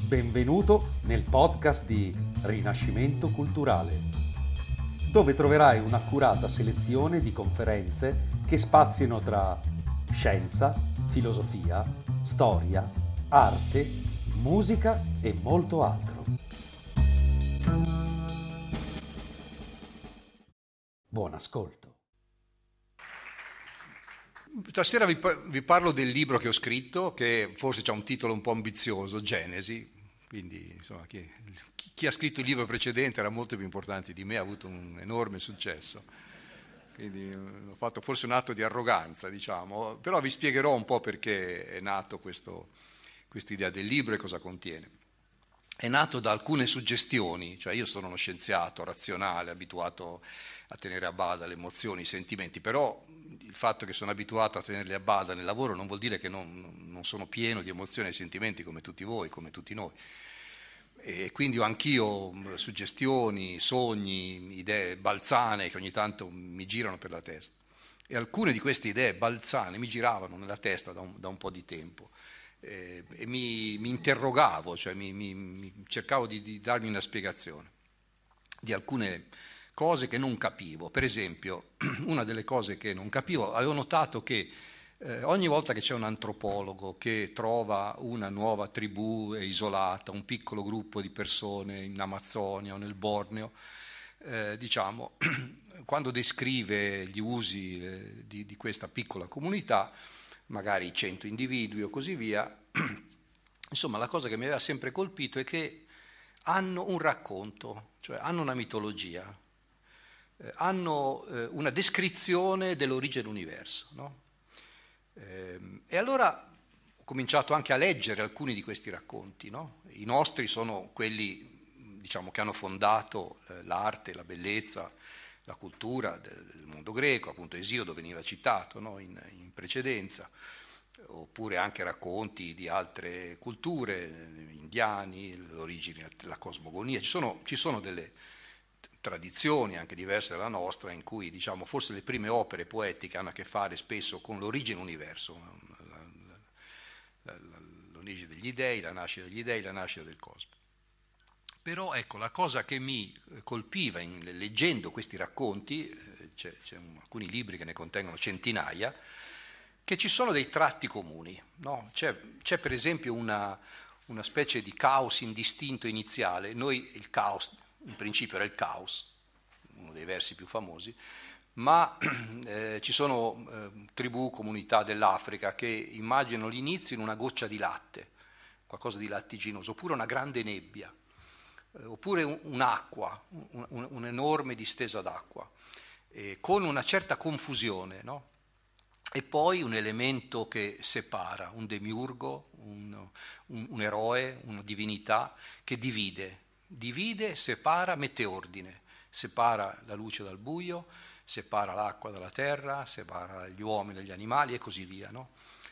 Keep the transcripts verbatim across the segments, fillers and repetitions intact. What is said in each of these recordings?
Benvenuto nel podcast di Rinascimento Culturale, dove troverai un'accurata selezione di conferenze che spaziano tra scienza, filosofia, storia, arte, musica e molto altro. Buon ascolto. Stasera vi, vi parlo del libro che ho scritto, che forse ha un titolo un po' ambizioso, Genesi, quindi insomma, chi, chi, chi ha scritto il libro precedente era molto più importante di me, ha avuto un enorme successo, quindi ho fatto forse un atto di arroganza, diciamo, però vi spiegherò un po' perché è nato questa idea del libro e cosa contiene. È nato da alcune suggestioni, cioè io sono uno scienziato razionale, abituato a tenere a bada le emozioni, i sentimenti, però il fatto che sono abituato a tenerli a bada nel lavoro non vuol dire che non, non sono pieno di emozioni e sentimenti come tutti voi, come tutti noi. E quindi ho anch'io suggestioni, sogni, idee balzane che ogni tanto mi girano per la testa. E alcune di queste idee balzane mi giravano nella testa da un, da un po' di tempo. Eh, e mi, mi interrogavo, cioè mi, mi, mi cercavo di, di darmi una spiegazione di alcune cose che non capivo. Per esempio, una delle cose che non capivo, avevo notato che eh, ogni volta che c'è un antropologo che trova una nuova tribù isolata, un piccolo gruppo di persone in Amazzonia o nel Borneo, eh, diciamo, quando descrive gli usi eh, di, di questa piccola comunità, magari cento individui o così via, insomma la cosa che mi aveva sempre colpito è che hanno un racconto, cioè hanno una mitologia, eh, hanno eh, una descrizione dell'origine dell'universo, no? Eh, e allora ho cominciato anche a leggere alcuni di questi racconti, no? I nostri sono quelli, diciamo, che hanno fondato eh, l'arte, la bellezza, la cultura del mondo greco, appunto Esiodo veniva citato, no? in, in precedenza, oppure anche racconti di altre culture, indiani, l'origine, la cosmogonia. Ci sono, ci sono delle tradizioni anche diverse dalla nostra in cui, diciamo, forse le prime opere poetiche hanno a che fare spesso con l'origine dell'universo, l'origine degli dei, la nascita degli dei, la nascita del cosmo. Però ecco, la cosa che mi colpiva in, leggendo questi racconti, eh, c'è, c'è un, alcuni libri che ne contengono centinaia, che ci sono dei tratti comuni, no? C'è, c'è per esempio una, una specie di caos indistinto iniziale. Noi il caos, in principio era il caos, uno dei versi più famosi, ma eh, ci sono eh, tribù, comunità dell'Africa che immaginano l'inizio in una goccia di latte, qualcosa di lattiginoso, oppure una grande nebbia, oppure un'acqua, un, un, un'enorme distesa d'acqua, eh, con una certa confusione, no? E poi un elemento che separa, un demiurgo, un, un, un eroe, una divinità che divide, divide, separa, mette ordine, separa la luce dal buio, separa l'acqua dalla terra, separa gli uomini dagli animali e così via, no?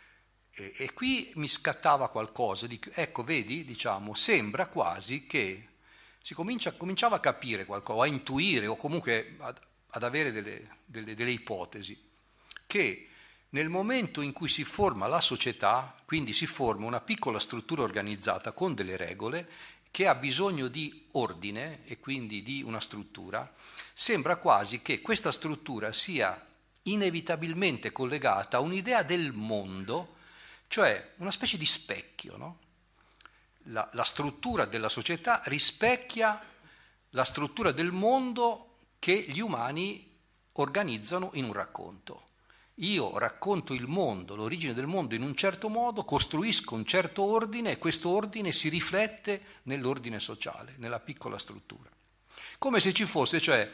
E, e qui mi scattava qualcosa, di, ecco vedi, diciamo, sembra quasi che si comincia, cominciava a capire qualcosa, a intuire o comunque ad, ad avere delle, delle, delle ipotesi, che nel momento in cui si forma la società, quindi si forma una piccola struttura organizzata con delle regole, che ha bisogno di ordine e quindi di una struttura, sembra quasi che questa struttura sia inevitabilmente collegata a un'idea del mondo, cioè una specie di specchio, no? La, la struttura della società rispecchia la struttura del mondo che gli umani organizzano in un racconto. Io racconto il mondo, l'origine del mondo in un certo modo, costruisco un certo ordine e questo ordine si riflette nell'ordine sociale, nella piccola struttura. Come se ci fosse, cioè,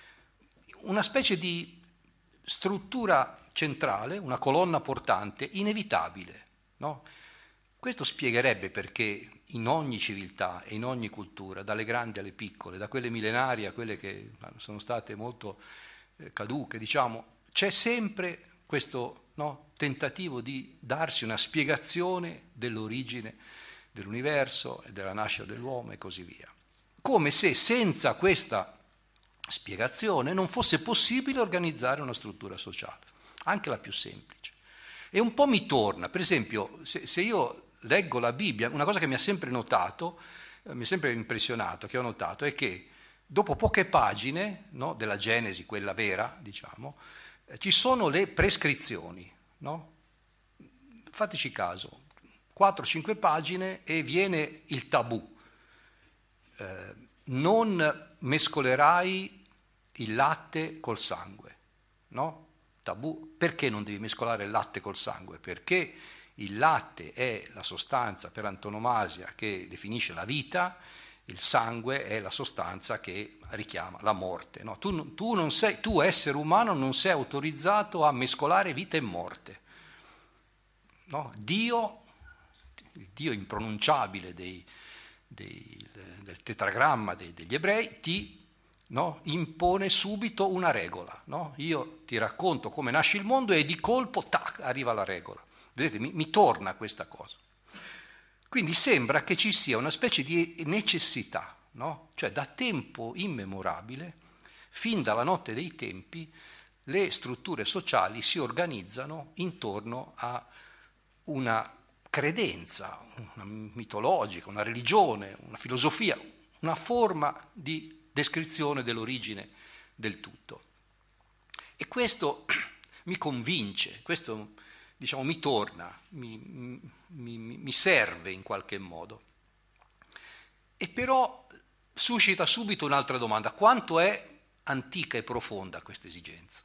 una specie di struttura centrale, una colonna portante, inevitabile, no? Questo spiegherebbe perché in ogni civiltà e in ogni cultura, dalle grandi alle piccole, da quelle millenarie a quelle che sono state molto eh, caduche, diciamo, c'è sempre questo, no, tentativo di darsi una spiegazione dell'origine dell'universo e della nascita dell'uomo e così via. Come se senza questa spiegazione non fosse possibile organizzare una struttura sociale, anche la più semplice. E un po' mi torna, per esempio, se, se io leggo la Bibbia, una cosa che mi ha sempre notato, eh, mi è sempre impressionato, che ho notato, è che dopo poche pagine, no, della Genesi, quella vera, diciamo, eh, ci sono le prescrizioni, no? Fateci caso, quattro cinque pagine e viene il tabù. Eh, non mescolerai il latte col sangue, no? Tabù. Perché non devi mescolare il latte col sangue? Perché il latte è la sostanza per antonomasia che definisce la vita, il sangue è la sostanza che richiama la morte, no? Tu, tu, non sei, tu essere umano non sei autorizzato a mescolare vita e morte, no? Dio, il Dio impronunciabile dei, dei, del tetragramma dei, degli ebrei ti, no, impone subito una regola, no? Io ti racconto come nasce il mondo e di colpo tac, arriva la regola. Vedete, mi, mi torna questa cosa. Quindi sembra che ci sia una specie di necessità, no? Cioè da tempo immemorabile, fin dalla notte dei tempi, le strutture sociali si organizzano intorno a una credenza, una mitologica, una religione, una filosofia, una forma di descrizione dell'origine del tutto. E questo mi convince, questo, diciamo, mi torna, mi, mi, mi serve in qualche modo. E però suscita subito un'altra domanda: quanto è antica e profonda questa esigenza?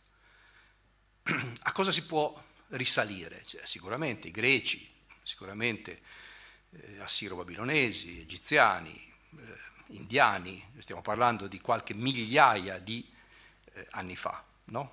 A cosa si può risalire? Cioè, sicuramente i greci, sicuramente eh, assiro-babilonesi, egiziani, eh, indiani, stiamo parlando di qualche migliaia di eh, anni fa, no?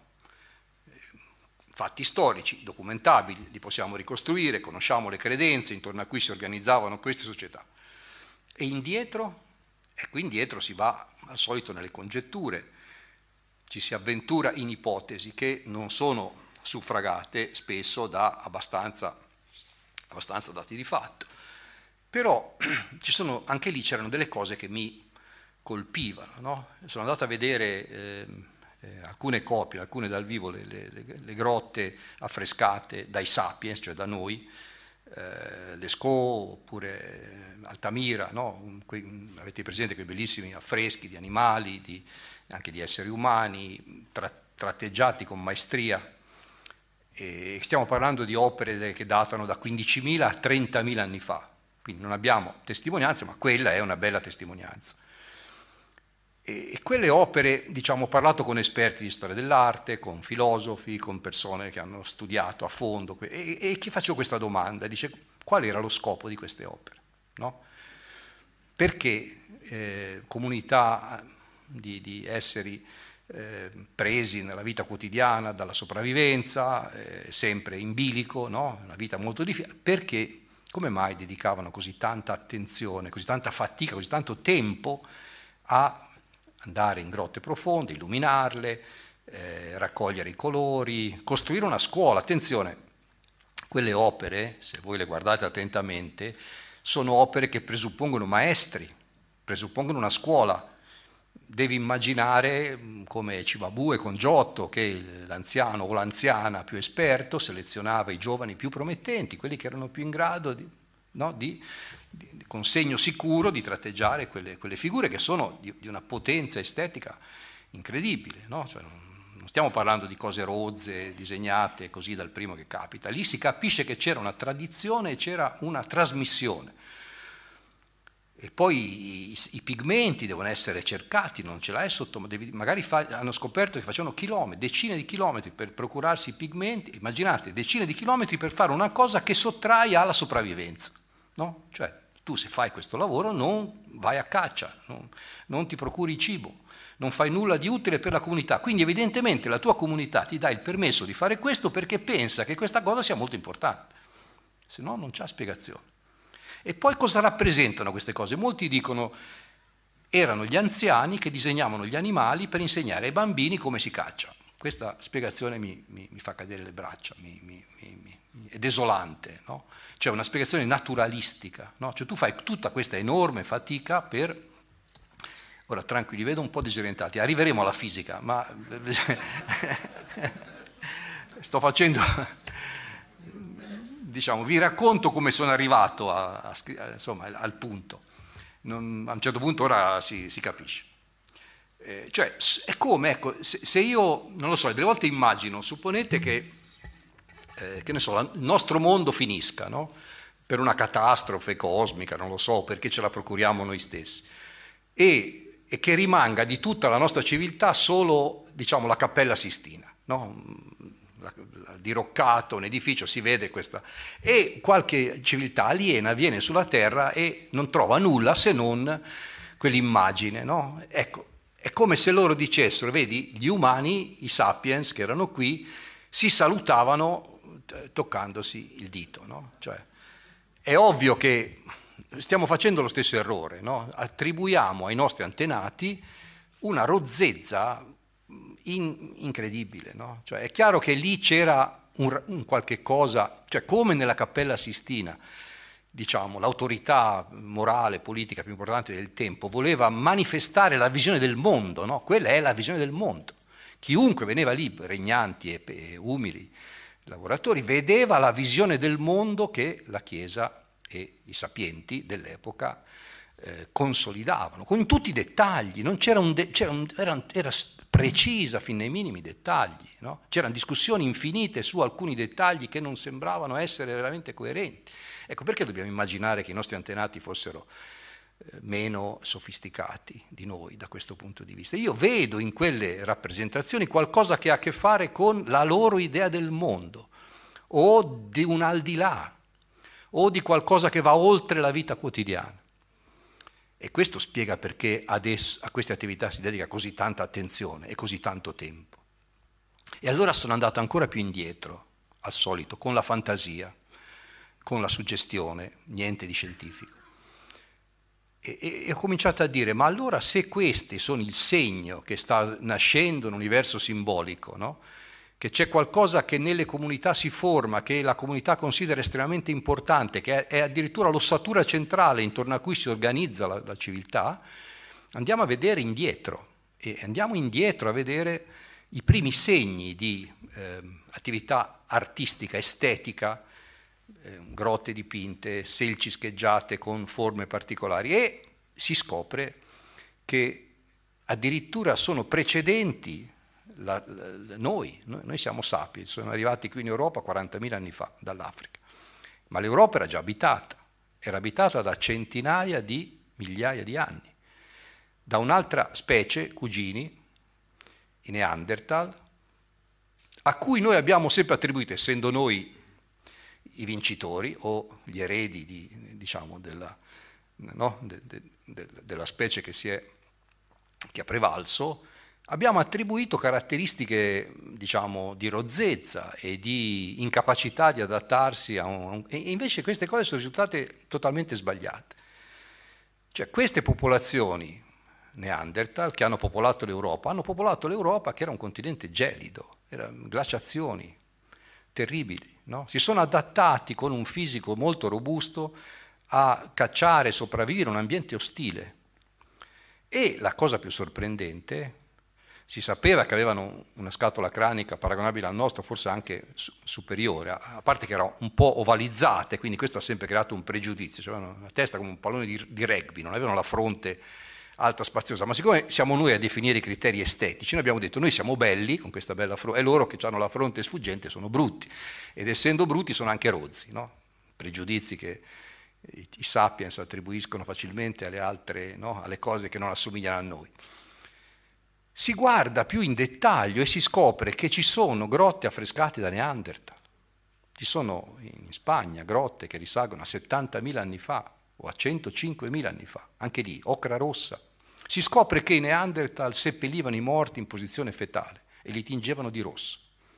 Fatti storici, documentabili, li possiamo ricostruire, conosciamo le credenze intorno a cui si organizzavano queste società. E indietro? E qui indietro si va al solito nelle congetture, ci si avventura in ipotesi che non sono suffragate spesso da abbastanza, abbastanza dati di fatto. Però ci sono, anche lì c'erano delle cose che mi colpivano, no? Sono andato a vedere eh, eh, alcune copie, alcune dal vivo, le, le, le grotte affrescate dai Sapiens, cioè da noi, eh, Lescaut oppure Altamira, no? Que- avete presente quei bellissimi affreschi di animali, di, anche di esseri umani, tra, tratteggiati con maestria. E stiamo parlando di opere che datano da quindicimila a trentamila anni fa. Quindi non abbiamo testimonianze, ma quella è una bella testimonianza. E, e quelle opere, diciamo, ho parlato con esperti di storia dell'arte, con filosofi, con persone che hanno studiato a fondo, e, e chi faccio questa domanda? Dice, qual era lo scopo di queste opere? No? Perché eh, comunità di, di esseri eh, presi nella vita quotidiana dalla sopravvivenza, eh, sempre in bilico, no? Una vita molto difficile, perché come mai dedicavano così tanta attenzione, così tanta fatica, così tanto tempo a andare in grotte profonde, illuminarle, eh, raccogliere i colori, costruire una scuola? Attenzione, quelle opere, se voi le guardate attentamente, sono opere che presuppongono maestri, presuppongono una scuola. Devi immaginare come Cimabue con Giotto, che l'anziano o l'anziana più esperto selezionava i giovani più promettenti, quelli che erano più in grado di, no, di, di con segno sicuro di tratteggiare quelle, quelle figure che sono di, di una potenza estetica incredibile, no? Cioè, non stiamo parlando di cose rozze, disegnate così dal primo che capita. Lì si capisce che c'era una tradizione e c'era una trasmissione. E poi i, i pigmenti devono essere cercati, non ce l'hai sotto, devi, magari fa, hanno scoperto che facevano chilometri, decine di chilometri per procurarsi i pigmenti, immaginate, decine di chilometri per fare una cosa che sottrae alla sopravvivenza, no? Cioè tu se fai questo lavoro non vai a caccia, non, non ti procuri cibo, non fai nulla di utile per la comunità, quindi evidentemente la tua comunità ti dà il permesso di fare questo perché pensa che questa cosa sia molto importante, se no non c'ha spiegazione. E poi cosa rappresentano queste cose? Molti dicono erano gli anziani che disegnavano gli animali per insegnare ai bambini come si caccia. Questa spiegazione mi, mi, mi fa cadere le braccia, mi, mi, mi, è desolante, no? Cioè una spiegazione naturalistica, no? Cioè tu fai tutta questa enorme fatica per... Ora tranquilli, vedo un po' disorientati, arriveremo alla fisica, ma sto facendo... diciamo, vi racconto come sono arrivato a, a, a, insomma, al punto. Non, a un certo punto ora si, si capisce. Eh, cioè, è come, ecco, se, se io, non lo so, delle volte immagino, supponete che, eh, che ne so, il nostro mondo finisca, no? Per una catastrofe cosmica, non lo so, perché ce la procuriamo noi stessi, e, e che rimanga di tutta la nostra civiltà solo, diciamo, la Cappella Sistina, no? La, la, diroccato, un edificio, si vede questa, e qualche civiltà aliena viene sulla Terra e non trova nulla se non quell'immagine, no? Ecco, è come se loro dicessero, vedi, gli umani, i sapiens che erano qui, si salutavano toccandosi il dito, no? Cioè, è ovvio che stiamo facendo lo stesso errore, no? Attribuiamo ai nostri antenati una rozzezza in, incredibile, no? Cioè, è chiaro che lì c'era un, un qualche cosa, cioè come nella Cappella Sistina, diciamo, l'autorità morale, politica più importante del tempo voleva manifestare la visione del mondo, no? Quella è la visione del mondo. Chiunque veniva lì, regnanti e, e umili lavoratori, vedeva la visione del mondo che la Chiesa e i sapienti dell'epoca eh, consolidavano, con tutti i dettagli, non c'era un de- c'era un, era, era precisa fin nei minimi dettagli, no? C'erano discussioni infinite su alcuni dettagli che non sembravano essere veramente coerenti. Ecco, perché dobbiamo immaginare che i nostri antenati fossero eh, meno sofisticati di noi da questo punto di vista? Io vedo in quelle rappresentazioni qualcosa che ha a che fare con la loro idea del mondo, o di un al di là, o di qualcosa che va oltre la vita quotidiana. E questo spiega perché adesso a queste attività si dedica così tanta attenzione e così tanto tempo. E allora sono andato ancora più indietro, al solito, con la fantasia, con la suggestione, niente di scientifico. E, e, e ho cominciato a dire, ma allora se questi sono il segno che sta nascendo un universo simbolico, no? Che c'è qualcosa che nelle comunità si forma, che la comunità considera estremamente importante, che è, è addirittura l'ossatura centrale intorno a cui si organizza la, la civiltà, andiamo a vedere indietro, e andiamo indietro a vedere i primi segni di eh, attività artistica, estetica, eh, grotte dipinte, selci scheggiate con forme particolari, e si scopre che addirittura sono precedenti la, la, noi, noi, noi siamo sapiens, sono arrivati qui in Europa quarantamila anni fa dall'Africa, ma l'Europa era già abitata, era abitata da centinaia di migliaia di anni, da un'altra specie, cugini, i Neanderthal, a cui noi abbiamo sempre attribuito, essendo noi i vincitori o gli eredi di, diciamo, della, no, de, de, de, della specie che, si è, che ha prevalso, abbiamo attribuito caratteristiche, diciamo, di rozzezza e di incapacità di adattarsi a un, a un... E invece queste cose sono risultate totalmente sbagliate. Cioè, queste popolazioni Neanderthal che hanno popolato l'Europa, hanno popolato l'Europa che era un continente gelido, erano glaciazioni terribili, no? Si sono adattati con un fisico molto robusto a cacciare e sopravvivere in un ambiente ostile. E la cosa più sorprendente, si sapeva che avevano una scatola cranica paragonabile al nostro, forse anche superiore, a parte che era un po' ovalizzata, e quindi questo ha sempre creato un pregiudizio, cioè avevano una testa come un pallone di, di rugby, non avevano la fronte alta, spaziosa, ma siccome siamo noi a definire i criteri estetici, noi abbiamo detto noi siamo belli con questa bella fronte, e loro che hanno la fronte sfuggente sono brutti, ed essendo brutti sono anche rozzi, no? Pregiudizi che i, i sapiens attribuiscono facilmente alle altre, no? Alle cose che non assomigliano a noi. Si guarda più in dettaglio e si scopre che ci sono grotte affrescate da Neanderthal, ci sono in Spagna grotte che risalgono a settantamila anni fa o a centocinquemila anni fa, anche lì, ocra rossa. Si scopre che i Neanderthal seppellivano i morti in posizione fetale e li tingevano di rosso.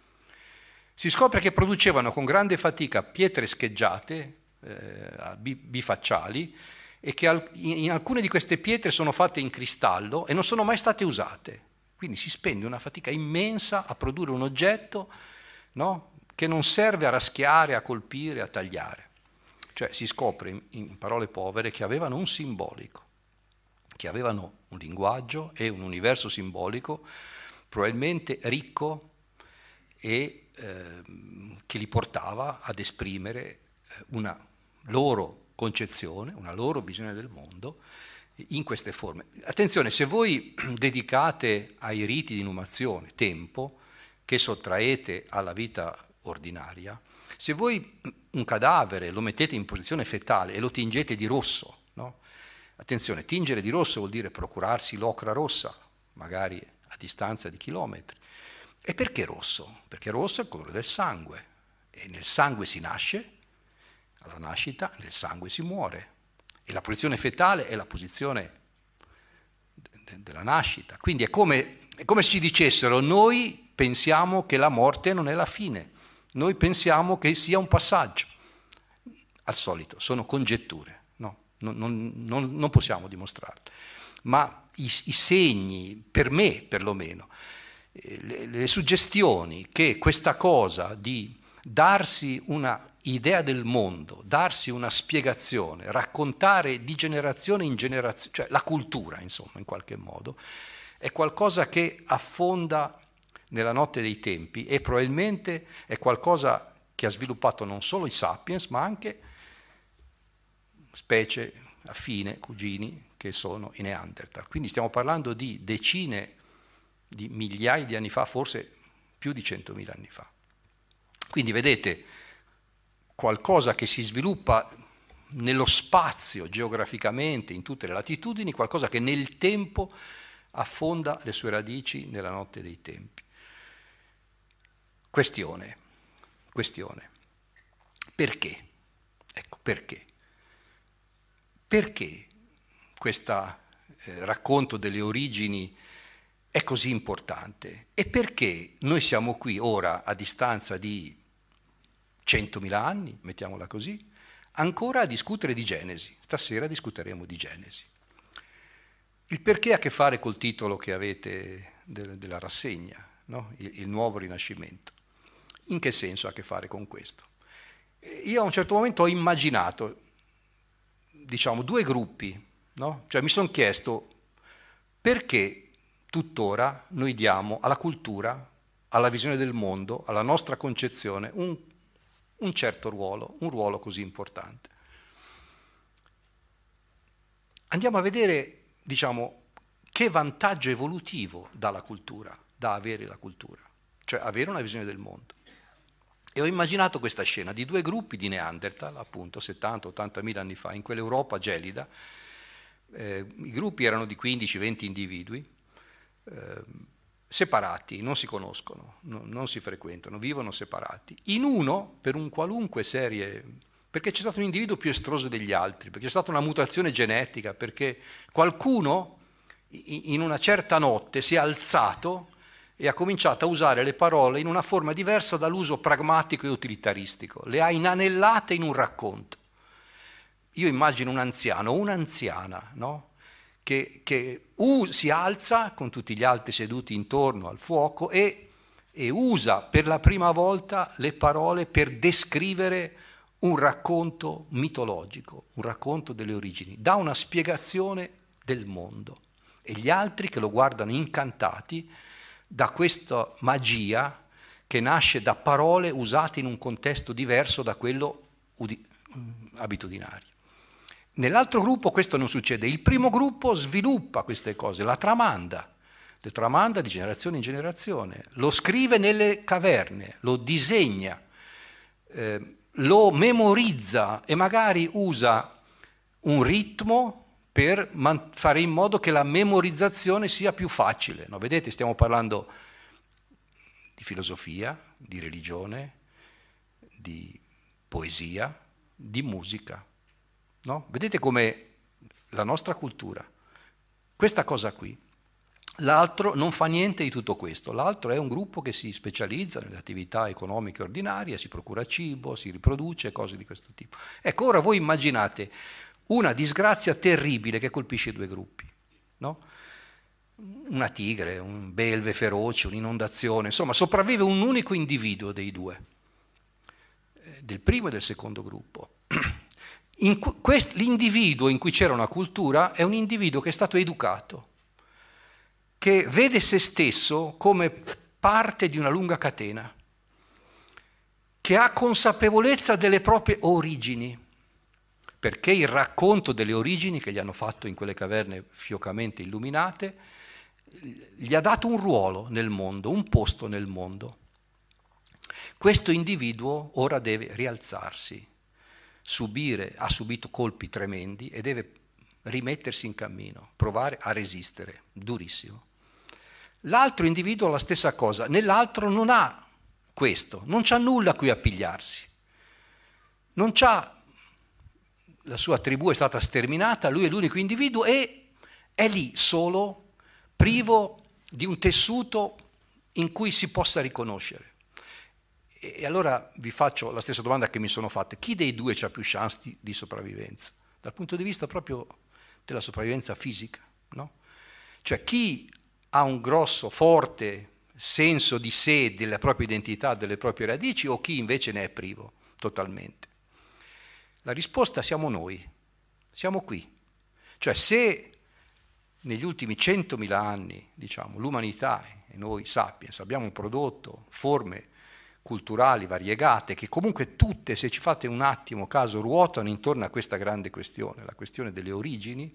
Si scopre che producevano con grande fatica pietre scheggiate, eh, bifacciali, e che in alcune di queste pietre sono fatte in cristallo e non sono mai state usate. Quindi si spende una fatica immensa a produrre un oggetto, no, che non serve a raschiare, a colpire, a tagliare. Cioè si scopre, in parole povere, che avevano un simbolico, che avevano un linguaggio e un universo simbolico probabilmente ricco e eh, che li portava ad esprimere una loro concezione, una loro visione del mondo in queste forme. Attenzione, se voi dedicate ai riti di inumazione tempo che sottraete alla vita ordinaria, se voi un cadavere lo mettete in posizione fetale e lo tingete di rosso, no? Attenzione, tingere di rosso vuol dire procurarsi l'ocra rossa, magari a distanza di chilometri. E perché rosso? Perché rosso è il colore del sangue, e nel sangue si nasce, alla nascita nel sangue si muore, e la posizione fetale è la posizione de- della nascita. Quindi è come, è come se ci dicessero: noi pensiamo che la morte non è la fine, noi pensiamo che sia un passaggio. Al solito, sono congetture, no? non, non, non, non possiamo dimostrarle. Ma i, i segni, per me perlomeno, eh, le, le suggestioni che questa cosa di darsi una idea del mondo, darsi una spiegazione, raccontare di generazione in generazione, cioè la cultura, insomma, in qualche modo, è qualcosa che affonda nella notte dei tempi e probabilmente è qualcosa che ha sviluppato non solo i sapiens, ma anche specie affine, cugini, che sono i Neanderthal. Quindi stiamo parlando di decine di migliaia di anni fa, forse più di centomila anni fa. Quindi vedete, qualcosa che si sviluppa nello spazio, geograficamente, in tutte le latitudini, qualcosa che nel tempo affonda le sue radici nella notte dei tempi. Questione, questione. Perché? Ecco, perché? Perché questo eh, racconto delle origini è così importante? E perché noi siamo qui ora, a distanza di centomila anni, mettiamola così, ancora a discutere di Genesi? Stasera discuteremo di Genesi. Il perché ha a che fare col titolo che avete de- della rassegna, no? il, il nuovo rinascimento. In che senso ha a che fare con questo? Io a un certo momento ho immaginato, diciamo, due gruppi, no? Cioè mi sono chiesto perché tuttora noi diamo alla cultura, alla visione del mondo, alla nostra concezione un, un certo ruolo, un ruolo così importante. Andiamo a vedere, diciamo, che vantaggio evolutivo dà la cultura, da avere la cultura, cioè avere una visione del mondo. E ho immaginato questa scena di due gruppi di Neanderthal, appunto, settanta ottanta mila anni fa, in quell'Europa gelida. Eh, I gruppi erano di quindici venti individui, eh, separati, non si conoscono, no, non si frequentano, vivono separati. In uno, per un qualunque serie, perché c'è stato un individuo più estroso degli altri, perché c'è stata una mutazione genetica, perché qualcuno in una certa notte si è alzato e ha cominciato a usare le parole in una forma diversa dall'uso pragmatico e utilitaristico, le ha inanellate in un racconto. Io immagino un anziano o un'anziana, no? che, che uh, si alza con tutti gli altri seduti intorno al fuoco e, e usa per la prima volta le parole per descrivere un racconto mitologico, un racconto delle origini, dà una spiegazione del mondo. E gli altri che lo guardano incantati da questa magia che nasce da parole usate in un contesto diverso da quello udi- abitudinario. Nell'altro gruppo questo non succede. Il primo gruppo sviluppa queste cose, la tramanda, le tramanda di generazione in generazione, lo scrive nelle caverne, lo disegna, eh, lo memorizza e magari usa un ritmo per man- fare in modo che la memorizzazione sia più facile. No? Vedete, stiamo parlando di filosofia, di religione, di poesia, di musica. No? Vedete come la nostra cultura, questa cosa qui, l'altro non fa niente di tutto questo, l'altro è un gruppo che si specializza nelle attività economiche ordinarie, si procura cibo, si riproduce, cose di questo tipo. Ecco, ora voi immaginate una disgrazia terribile che colpisce i due gruppi, no? Una tigre, un belve feroce, un'inondazione, insomma sopravvive un unico individuo dei due, del primo e del secondo gruppo. In quest, l'individuo in cui c'era una cultura è un individuo che è stato educato, che vede se stesso come parte di una lunga catena. che ha consapevolezza delle proprie origini, perché il racconto delle origini che gli hanno fatto in quelle caverne fiocamente illuminate gli ha dato un ruolo nel mondo, un posto nel mondo. Questo individuo ora deve rialzarsi, subire, ha subito colpi tremendi e deve rimettersi in cammino, provare a resistere, durissimo. L'altro individuo ha la stessa cosa, nell'altro non ha questo, non c'ha nulla a cui appigliarsi, non c'ha, la sua tribù è stata sterminata, lui è l'unico individuo e è lì solo, privo di un tessuto in cui si possa riconoscere. E allora vi faccio la stessa domanda che mi sono fatta: chi dei due ha più chance di, di sopravvivenza? Dal punto di vista proprio della sopravvivenza fisica, no? Cioè chi ha un grosso, forte senso di sé, della propria identità, delle proprie radici, o chi invece ne è privo totalmente? La risposta siamo noi, siamo qui. Cioè se negli ultimi centomila anni, diciamo, l'umanità e noi sapiens abbiamo prodotto forme culturali variegate che comunque tutte, se ci fate un attimo caso, ruotano intorno a questa grande questione, la questione delle origini,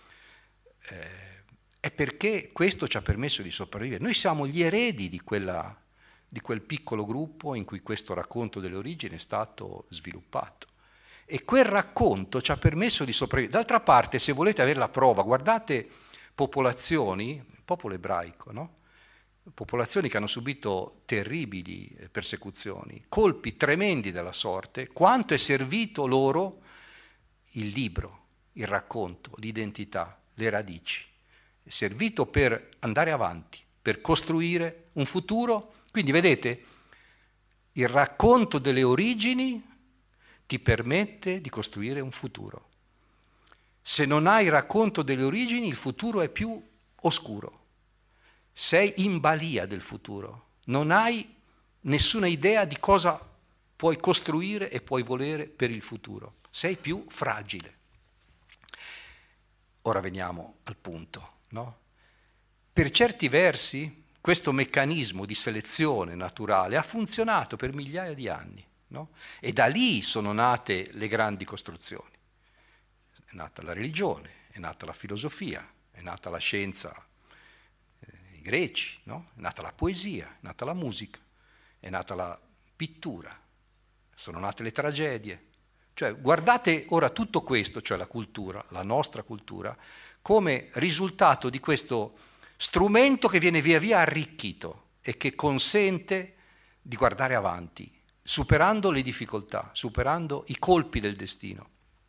eh, è perché questo ci ha permesso di sopravvivere. Noi siamo gli eredi di, quella, di quel piccolo gruppo in cui questo racconto delle origini è stato sviluppato. E quel racconto ci ha permesso di sopravvivere. D'altra parte, se volete avere la prova, guardate popolazioni, il popolo ebraico, no? Popolazioni che hanno subito terribili persecuzioni, colpi tremendi della sorte, quanto è servito loro il libro, il racconto, l'identità, le radici. È servito per andare avanti, per costruire un futuro. Quindi vedete, il racconto delle origini ti permette di costruire un futuro. Se non hai il racconto delle origini, il futuro è più oscuro. Sei in balia del futuro, non hai nessuna idea di cosa puoi costruire e puoi volere per il futuro, sei più fragile. Ora veniamo al punto, no? Per certi versi questo meccanismo di selezione naturale ha funzionato per migliaia di anni, no? E da lì sono nate le grandi costruzioni. È nata la religione, è nata la filosofia, è nata la scienza, i greci, no? È nata la poesia, è nata la musica, è nata la pittura, sono nate le tragedie. Cioè guardate ora tutto questo, cioè la cultura, la nostra cultura, come risultato di questo strumento che viene via via arricchito e che consente di guardare avanti, superando le difficoltà, superando i colpi del destino.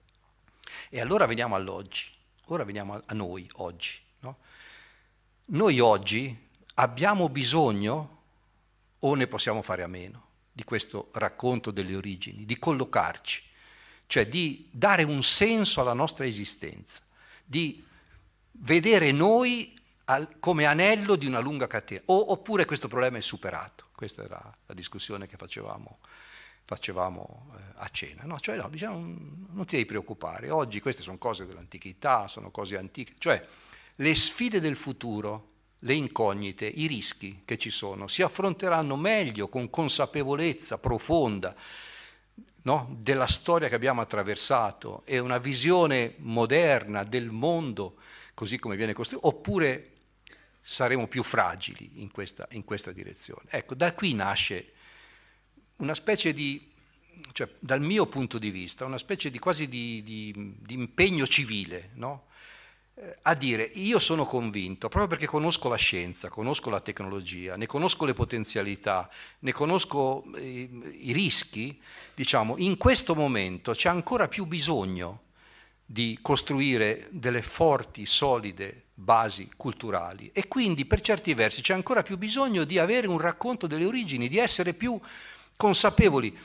E allora veniamo all'oggi, ora veniamo a noi oggi, no? Noi oggi abbiamo bisogno, o ne possiamo fare a meno, di questo racconto delle origini, di collocarci, cioè di dare un senso alla nostra esistenza, di vedere noi al, come anello di una lunga catena, o, oppure questo problema è superato. Questa era la discussione che facevamo, facevamo eh, a cena. No, cioè no, diciamo, non ti devi preoccupare, oggi queste sono cose dell'antichità, sono cose antiche, cioè le sfide del futuro, le incognite, i rischi che ci sono, si affronteranno meglio, con consapevolezza profonda, no? Della storia che abbiamo attraversato e una visione moderna del mondo così come viene costruito, oppure saremo più fragili in questa, in questa direzione. Ecco, da qui nasce una specie di, cioè dal mio punto di vista, una specie di quasi di, di, di impegno civile, no? Eh, a dire, io sono convinto, proprio perché conosco la scienza, conosco la tecnologia, ne conosco le potenzialità, ne conosco eh, i rischi, diciamo, in questo momento c'è ancora più bisogno di costruire delle forti, solide basi culturali e quindi per certi versi c'è ancora più bisogno di avere un racconto delle origini, di essere più consapevoli.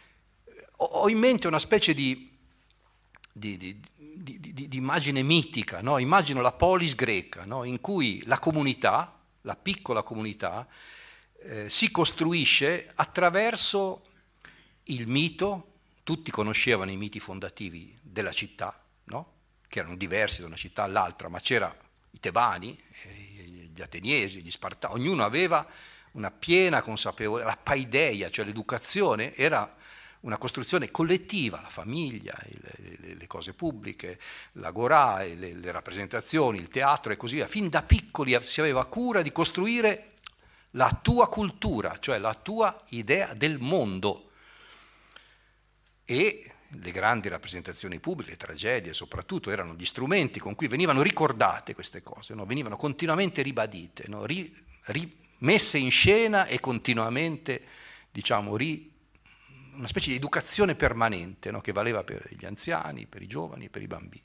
Ho in mente una specie di, di, di, di, di, di immagine mitica, no? Immagino la polis greca, no? In cui la comunità, la piccola comunità, eh, si costruisce attraverso il mito. Tutti conoscevano i miti fondativi della città, no? Che erano diversi da una città all'altra, ma c'era i tebani, gli ateniesi, gli spartani, ognuno aveva una piena consapevolezza, la paideia, cioè l'educazione, era una costruzione collettiva, la famiglia, le, le, le cose pubbliche, l'agorà, le, le rappresentazioni, il teatro e così via. Fin da piccoli si aveva cura di costruire la tua cultura, cioè la tua idea del mondo. E le grandi rappresentazioni pubbliche, le tragedie soprattutto, erano gli strumenti con cui venivano ricordate queste cose, no? Venivano continuamente ribadite, no? Ri, ri, messe in scena e continuamente, diciamo, ri, una specie di educazione permanente, no? Che valeva per gli anziani, per i giovani e per i bambini.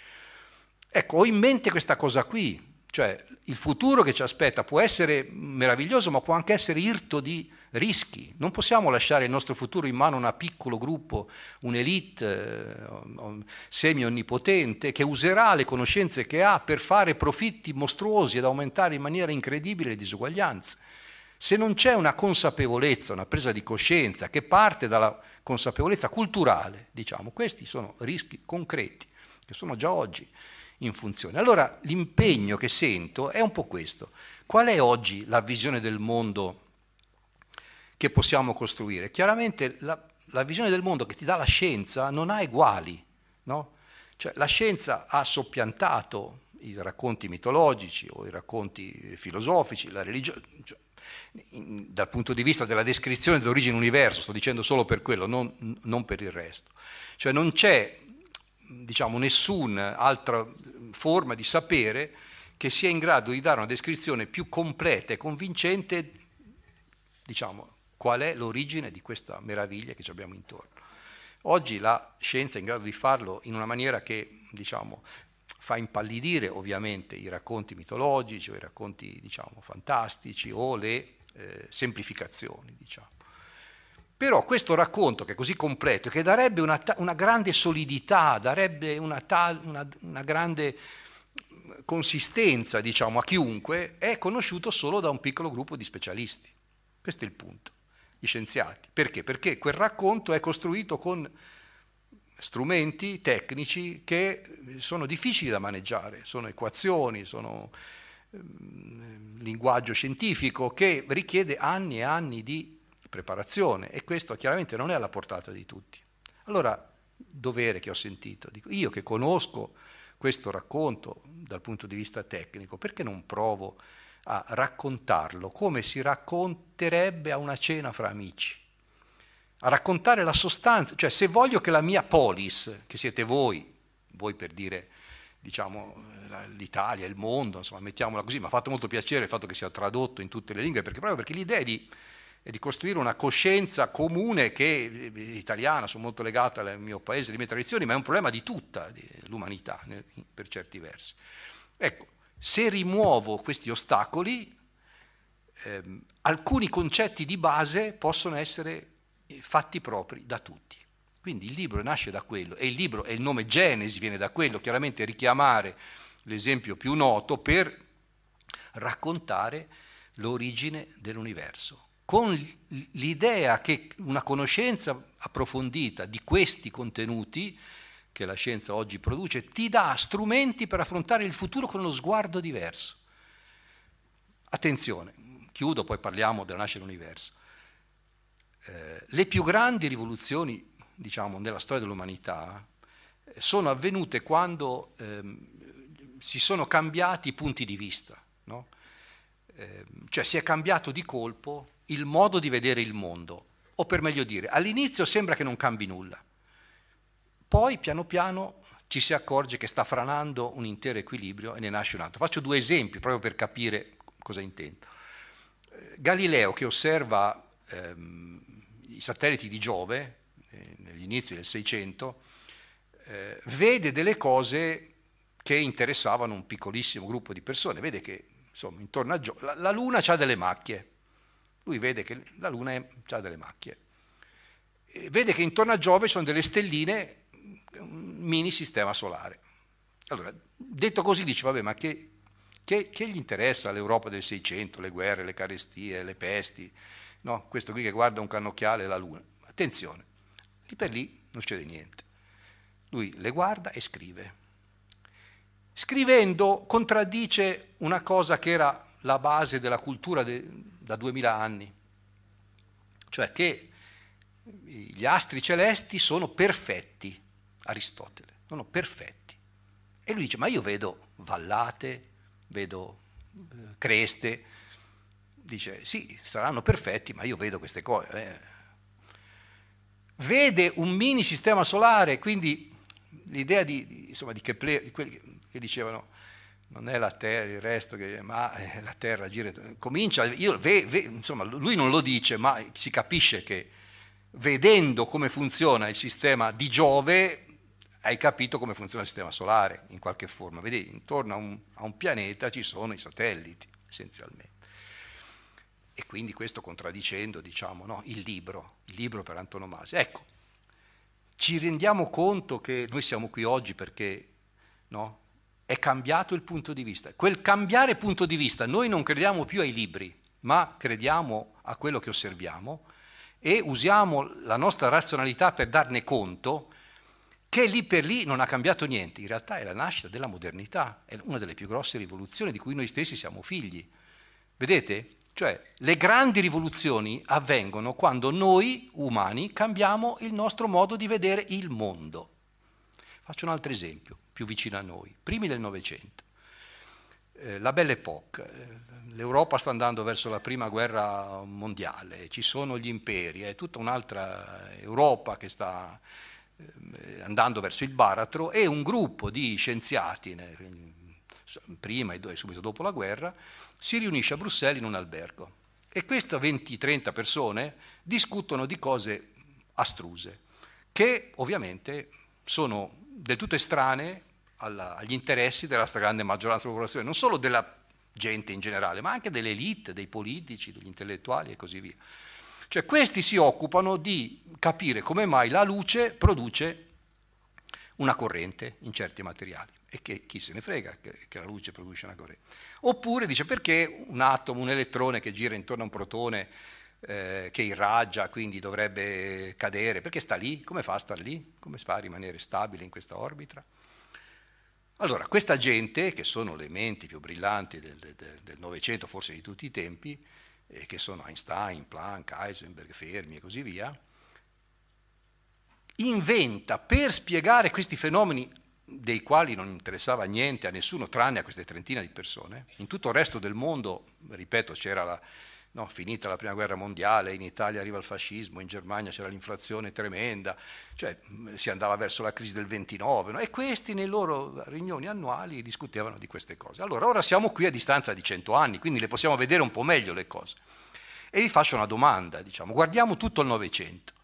Ecco, ho in mente questa cosa qui, cioè il futuro che ci aspetta può essere meraviglioso, ma può anche essere irto di rischi. Non possiamo lasciare il nostro futuro in mano a un piccolo gruppo, un'elite eh, semi-onnipotente che userà le conoscenze che ha per fare profitti mostruosi ed aumentare in maniera incredibile le disuguaglianze. Se non c'è una consapevolezza, una presa di coscienza che parte dalla consapevolezza culturale, diciamo, questi sono rischi concreti che sono già oggi in funzione. Allora l'impegno che sento è un po' questo. Qual è oggi la visione del mondo che possiamo costruire? Chiaramente la, la visione del mondo che ti dà la scienza non ha eguali, no? Cioè la scienza ha soppiantato i racconti mitologici o i racconti filosofici, la religione, cioè, in, dal punto di vista della descrizione dell'origine dell'universo, sto dicendo solo per quello, non, non per il resto. Cioè non c'è, diciamo, nessuna altra forma di sapere che sia in grado di dare una descrizione più completa e convincente, diciamo, qual è l'origine di questa meraviglia che ci abbiamo intorno. Oggi la scienza è in grado di farlo in una maniera che, diciamo, fa impallidire ovviamente i racconti mitologici o i racconti, diciamo, fantastici o le eh, semplificazioni, diciamo. Però questo racconto che è così completo, che darebbe una, una grande solidità, darebbe una, tal, una, una grande consistenza, diciamo, a chiunque, è conosciuto solo da un piccolo gruppo di specialisti. Questo è il punto, gli scienziati. Perché? Perché quel racconto è costruito con strumenti tecnici che sono difficili da maneggiare, sono equazioni, sono eh, linguaggio scientifico che richiede anni e anni di preparazione e questo chiaramente non è alla portata di tutti. Allora, dovere che ho sentito, dico, io che conosco questo racconto dal punto di vista tecnico, perché non provo a raccontarlo come si racconterebbe a una cena fra amici? A raccontare la sostanza, cioè se voglio che la mia polis, che siete voi, voi per dire, diciamo, l'Italia, il mondo, insomma, mettiamola così, mi ha fatto molto piacere il fatto che sia tradotto in tutte le lingue, perché proprio perché l'idea è di, è di costruire una coscienza comune che è italiana, sono molto legato al mio paese, alle mie tradizioni, ma è un problema di tutta l'umanità, per certi versi. Ecco, se rimuovo questi ostacoli, ehm, alcuni concetti di base possono essere fatti propri da tutti. Quindi il libro nasce da quello, e il libro, e il nome Genesi viene da quello, chiaramente richiamare l'esempio più noto per raccontare l'origine dell'universo, con l'idea che una conoscenza approfondita di questi contenuti che la scienza oggi produce ti dà strumenti per affrontare il futuro con uno sguardo diverso. Attenzione, chiudo, poi parliamo della nascita dell'universo. Eh, le più grandi rivoluzioni, diciamo, nella storia dell'umanità eh, sono avvenute quando ehm, si sono cambiati i punti di vista, no? Eh, cioè si è cambiato di colpo il modo di vedere il mondo, o per meglio dire, all'inizio sembra che non cambi nulla, poi piano piano ci si accorge che sta franando un intero equilibrio e ne nasce un altro. Faccio due esempi proprio per capire cosa intendo. Eh, Galileo, che osserva ehm, i satelliti di Giove, eh, negli inizi del Seicento, eh, vede delle cose che interessavano un piccolissimo gruppo di persone. Vede che, insomma, intorno a Giove, la, la Luna ha delle macchie. Lui vede che la Luna ha delle macchie. E vede che intorno a Giove sono delle stelline, un mini sistema solare. Allora, detto così, dice, vabbè, ma che, che, che gli interessa l'Europa del Seicento, le guerre, le carestie, le pesti? No, questo qui che guarda un cannocchiale e la luna. Attenzione, lì per lì non succede niente. Lui le guarda e scrive. Scrivendo contraddice una cosa che era la base della cultura de, da duemila anni, cioè che gli astri celesti sono perfetti, Aristotele, sono perfetti. E lui dice, ma io vedo vallate, vedo eh, creste, dice, sì, saranno perfetti, ma io vedo queste cose. Eh. Vede un mini sistema solare, quindi l'idea di, di, insomma, di Kepler, di quelli che dicevano, non è la Terra, il resto, che, ma eh, la Terra gira, comincia, io, ve, ve, insomma, lui non lo dice, ma si capisce che vedendo come funziona il sistema di Giove, hai capito come funziona il sistema solare, in qualche forma. Vedi, intorno a un, a un pianeta ci sono i satelliti, essenzialmente. E quindi questo contraddicendo, diciamo, no, il libro, il libro per antonomasia. Ecco, ci rendiamo conto che noi siamo qui oggi perché, no, è cambiato il punto di vista. Quel cambiare punto di vista, noi non crediamo più ai libri, ma crediamo a quello che osserviamo e usiamo la nostra razionalità per darne conto, che lì per lì non ha cambiato niente. In realtà è la nascita della modernità, è una delle più grosse rivoluzioni di cui noi stessi siamo figli. Vedete? Cioè, le grandi rivoluzioni avvengono quando noi, umani, cambiamo il nostro modo di vedere il mondo. Faccio un altro esempio, più vicino a noi, primi del Novecento. Eh, la Belle Époque, l'Europa sta andando verso la prima guerra mondiale, ci sono gli imperi, è tutta un'altra Europa che sta andando verso il baratro, e un gruppo di scienziati, prima e subito dopo la guerra, si riunisce a Bruxelles in un albergo e queste venti trenta persone discutono di cose astruse che ovviamente sono del tutto estranee alla, agli interessi della stragrande maggioranza della popolazione, non solo della gente in generale, ma anche delle elite, dei politici, degli intellettuali e così via. Cioè questi si occupano di capire come mai la luce produce una corrente in certi materiali e che chi se ne frega che, che la luce produce una corrente. Oppure dice perché un atomo, un elettrone che gira intorno a un protone eh, che irraggia, quindi dovrebbe cadere, perché sta lì? Come fa a star lì? Come fa a rimanere stabile in questa orbita? Allora, questa gente, che sono le menti più brillanti del Novecento, forse di tutti i tempi, eh, che sono Einstein, Planck, Heisenberg, Fermi e così via, inventa per spiegare questi fenomeni dei quali non interessava niente a nessuno tranne a queste trentina di persone. In tutto il resto del mondo, ripeto, c'era la, no, finita la prima guerra mondiale, in Italia arriva il fascismo, in Germania c'era l'inflazione tremenda, cioè si andava verso la crisi del ventinove, no? E questi nei loro riunioni annuali discutevano di queste cose. Allora ora siamo qui a distanza di cento anni, quindi le possiamo vedere un po' meglio le cose. E vi faccio una domanda, diciamo, guardiamo tutto il Novecento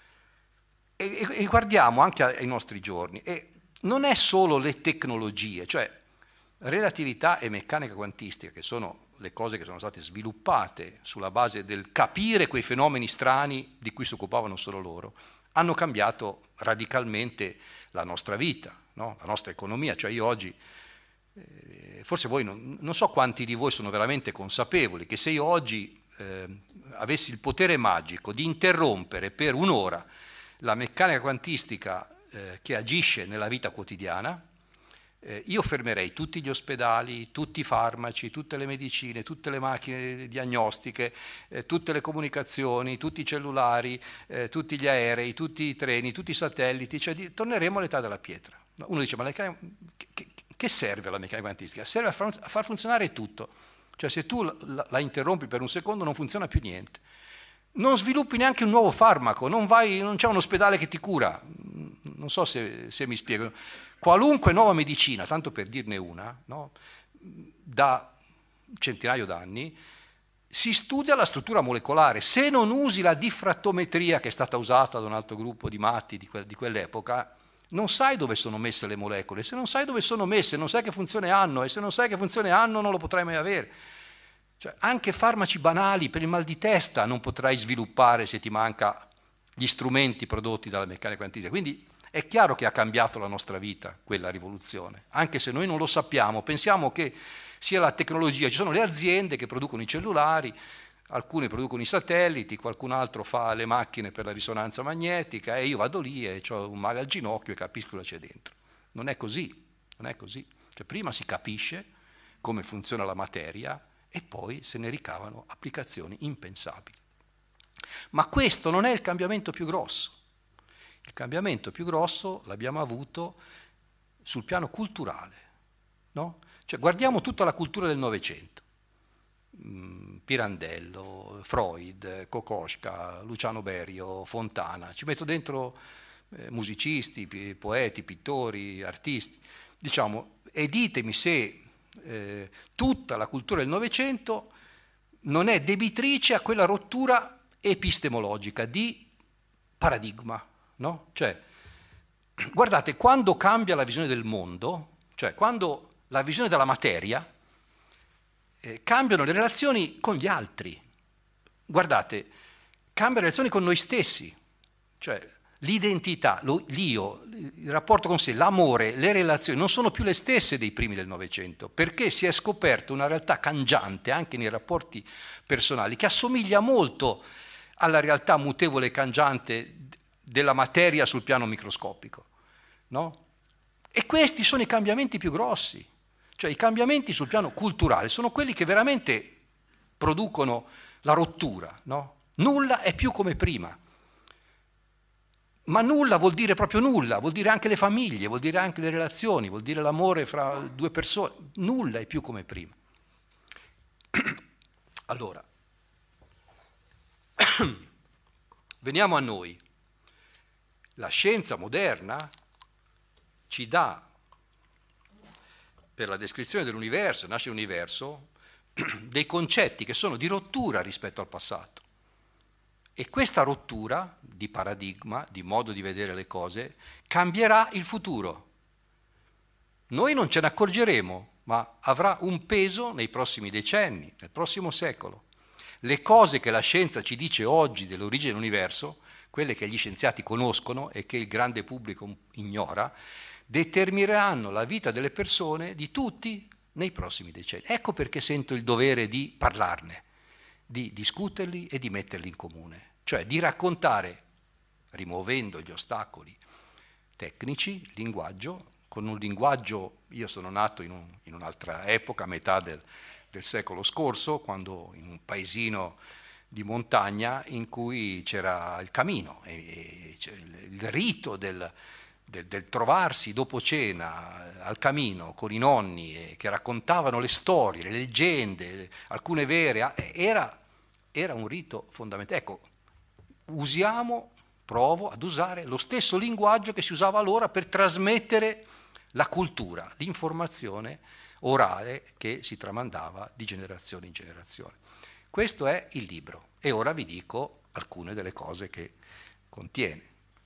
e, e, e guardiamo anche ai nostri giorni. E non è solo le tecnologie, cioè relatività e meccanica quantistica, che sono le cose che sono state sviluppate sulla base del capire quei fenomeni strani di cui si occupavano solo loro, hanno cambiato radicalmente la nostra vita, no? La nostra economia. Cioè io oggi, eh, forse voi non, non so quanti di voi sono veramente consapevoli che se io oggi eh, avessi il potere magico di interrompere per un'ora la meccanica quantistica eh, che agisce nella vita quotidiana, Eh, io fermerei tutti gli ospedali, tutti i farmaci, tutte le medicine, tutte le macchine diagnostiche, eh, tutte le comunicazioni, tutti i cellulari, eh, tutti gli aerei, tutti i treni, tutti i satelliti, cioè di, torneremo all'età della pietra. Uno dice, ma la, che, che serve la meccanica quantistica? Serve a far, a far funzionare tutto. Cioè se tu la, la interrompi per un secondo non funziona più niente. Non sviluppi neanche un nuovo farmaco, non, vai, non c'è un ospedale che ti cura. Non so se, se mi spiego. Qualunque nuova medicina, tanto per dirne una, no, da centinaio d'anni, si studia la struttura molecolare. Se non usi la diffrattometria che è stata usata da un altro gruppo di matti di, que- di quell'epoca, non sai dove sono messe le molecole. Se non sai dove sono messe, non sai che funzione hanno, e se non sai che funzione hanno non lo potrai mai avere. Cioè, anche farmaci banali per il mal di testa non potrai sviluppare se ti manca gli strumenti prodotti dalla meccanica quantistica. Quindi è chiaro che ha cambiato la nostra vita quella rivoluzione, anche se noi non lo sappiamo. Pensiamo che sia la tecnologia, ci sono le aziende che producono i cellulari, alcune producono i satelliti, qualcun altro fa le macchine per la risonanza magnetica e io vado lì e ho un male al ginocchio e capisco cosa c'è dentro. Non è così, non è così. Cioè, prima si capisce come funziona la materia e poi se ne ricavano applicazioni impensabili. Ma questo non è il cambiamento più grosso. Il cambiamento più grosso l'abbiamo avuto sul piano culturale, no? Cioè, guardiamo tutta la cultura del Novecento. Pirandello, Freud, Kokoschka, Luciano Berio, Fontana, ci metto dentro eh, musicisti, poeti, pittori, artisti, diciamo, e ditemi se eh, tutta la cultura del Novecento non è debitrice a quella rottura epistemologica di paradigma, no? Cioè, guardate, quando cambia la visione del mondo, cioè quando la visione della materia, eh, cambiano le relazioni con gli altri. Guardate, cambiano le relazioni con noi stessi, cioè l'identità, lo, l'io, il rapporto con sé, l'amore, le relazioni non sono più le stesse dei primi del Novecento, perché si è scoperto una realtà cangiante anche nei rapporti personali che assomiglia molto alla realtà mutevole e cangiante della materia sul piano microscopico, no? E questi sono i cambiamenti più grossi, cioè i cambiamenti sul piano culturale sono quelli che veramente producono la rottura, no? Nulla è più come prima. Ma nulla vuol dire proprio nulla, vuol dire anche le famiglie, vuol dire anche le relazioni, vuol dire l'amore fra due persone. Nulla è più come prima. Allora, veniamo a noi. La scienza moderna ci dà, per la descrizione dell'universo, nasce l'universo, dei concetti che sono di rottura rispetto al passato. E questa rottura di paradigma, di modo di vedere le cose, cambierà il futuro. Noi non ce ne accorgeremo, ma avrà un peso nei prossimi decenni, nel prossimo secolo. Le cose che la scienza ci dice oggi dell'origine dell'universo, quelle che gli scienziati conoscono e che il grande pubblico ignora, determineranno la vita delle persone, di tutti, nei prossimi decenni. Ecco perché sento il dovere di parlarne, di discuterli e di metterli in comune, cioè di raccontare, rimuovendo gli ostacoli tecnici, il linguaggio, con un linguaggio, io sono nato in, un, in un'altra epoca, a metà del, del secolo scorso, quando in un paesino di montagna in cui c'era il camino, e, e il, il rito del, del, del trovarsi dopo cena al camino con i nonni eh, che raccontavano le storie, le leggende, alcune vere, era, era un rito fondamentale. Ecco, usiamo, provo ad usare lo stesso linguaggio che si usava allora per trasmettere la cultura, l'informazione orale che si tramandava di generazione in generazione. Questo è il libro e ora vi dico alcune delle cose che contiene.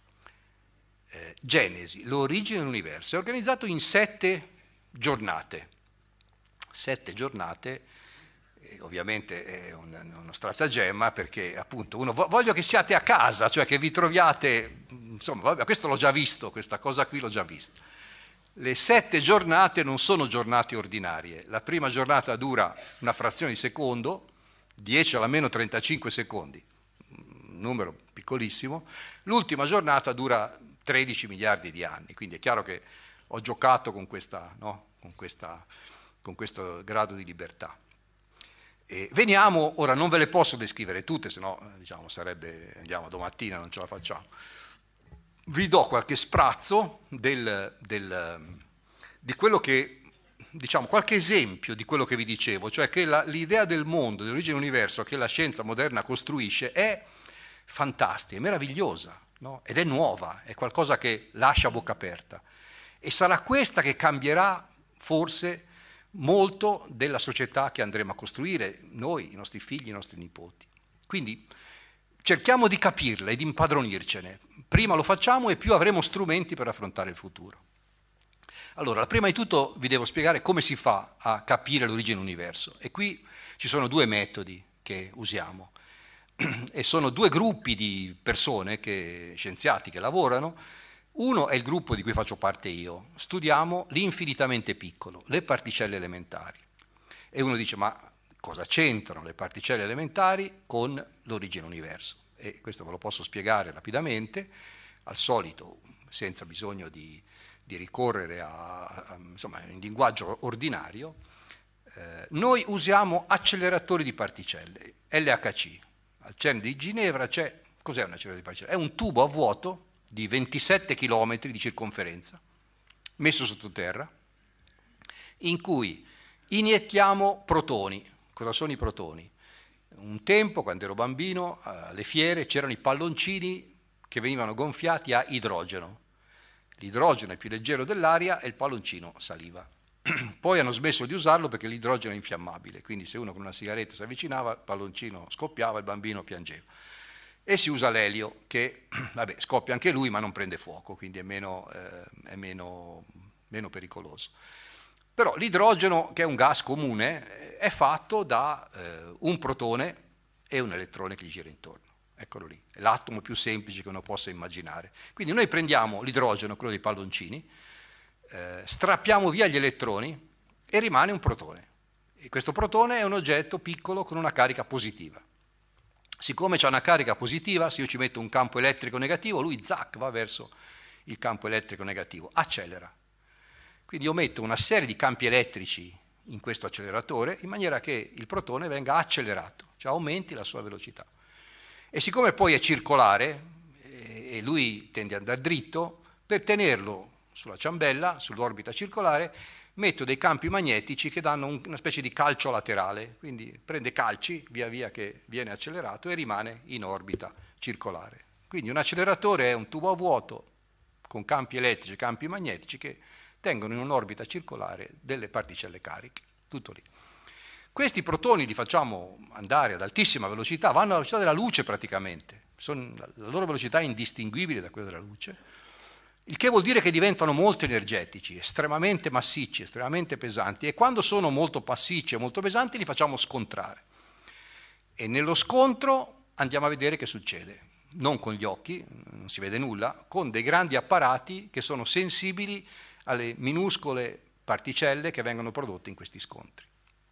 Eh, Genesi, l'origine dell'universo, è organizzato in sette giornate. Sette giornate, eh, ovviamente è un, uno stratagemma perché appunto uno voglio che siate a casa, cioè che vi troviate, insomma, vabbè, questo l'ho già visto, questa cosa qui l'ho già vista. Le sette giornate non sono giornate ordinarie. La prima giornata dura una frazione di secondo, dieci alla meno trentacinque secondi, un numero piccolissimo. L'ultima giornata dura tredici miliardi di anni, quindi è chiaro che ho giocato con, questa, no? con, questa, con questo grado di libertà. E veniamo, ora non ve le posso descrivere tutte, se no diciamo, sarebbe, andiamo domattina, non ce la facciamo. Vi do qualche sprazzo del, del, di quello che, diciamo, qualche esempio di quello che vi dicevo, cioè che la, l'idea del mondo, dell'origine dell'universo che la scienza moderna costruisce è fantastica, è meravigliosa, no? Ed è nuova, è qualcosa che lascia a bocca aperta. E sarà questa che cambierà forse molto della società che andremo a costruire, noi, i nostri figli, i nostri nipoti. Quindi cerchiamo di capirla e di impadronircene. Prima lo facciamo e più avremo strumenti per affrontare il futuro. Allora, prima di tutto vi devo spiegare come si fa a capire l'origine dell'universo. E qui ci sono due metodi che usiamo. E sono due gruppi di persone, che, scienziati che lavorano. Uno è il gruppo di cui faccio parte io. Studiamo l'infinitamente piccolo, le particelle elementari. E uno dice, ma cosa c'entrano le particelle elementari con l'origine dell'universo? E questo ve lo posso spiegare rapidamente, al solito, senza bisogno di, di ricorrere a, a insomma, in linguaggio ordinario. eh, noi usiamo acceleratori di particelle, L H C. Al CERN di Ginevra c'è, cos'è un acceleratore di particelle? È un tubo a vuoto di ventisette chilometri di circonferenza, messo sottoterra, in cui iniettiamo protoni. Cosa sono i protoni? Un tempo, quando ero bambino, alle fiere c'erano i palloncini che venivano gonfiati a idrogeno. L'idrogeno è più leggero dell'aria e il palloncino saliva. Poi hanno smesso di usarlo perché l'idrogeno è infiammabile, quindi se uno con una sigaretta si avvicinava, il palloncino scoppiava, il bambino piangeva. E si usa l'elio, che vabbè, scoppia anche lui, ma non prende fuoco, quindi è meno, eh, è meno, meno pericoloso. Però l'idrogeno, che è un gas comune, è fatto da eh, un protone e un elettrone che gli gira intorno. Eccolo lì, è l'atomo più semplice che uno possa immaginare. Quindi noi prendiamo l'idrogeno, quello dei palloncini, eh, strappiamo via gli elettroni e rimane un protone. E questo protone è un oggetto piccolo con una carica positiva. Siccome c'è una carica positiva, se io ci metto un campo elettrico negativo, lui zac, va verso il campo elettrico negativo, accelera. Quindi io metto una serie di campi elettrici in questo acceleratore in maniera che il protone venga accelerato, cioè aumenti la sua velocità. E siccome poi è circolare e lui tende ad andare dritto, per tenerlo sulla ciambella, sull'orbita circolare, metto dei campi magnetici che danno una specie di calcio laterale, quindi prende calci via via che viene accelerato e rimane in orbita circolare. Quindi un acceleratore è un tubo a vuoto con campi elettrici e campi magnetici che tengono in un'orbita circolare delle particelle cariche, tutto lì. Questi protoni li facciamo andare ad altissima velocità, vanno alla velocità della luce praticamente, sono, la loro velocità è indistinguibile da quella della luce, il che vuol dire che diventano molto energetici, estremamente massicci, estremamente pesanti, e quando sono molto massicci e molto pesanti li facciamo scontrare. E nello scontro andiamo a vedere che succede, non con gli occhi, non si vede nulla, con dei grandi apparati che sono sensibili alle minuscole particelle che vengono prodotte in questi scontri.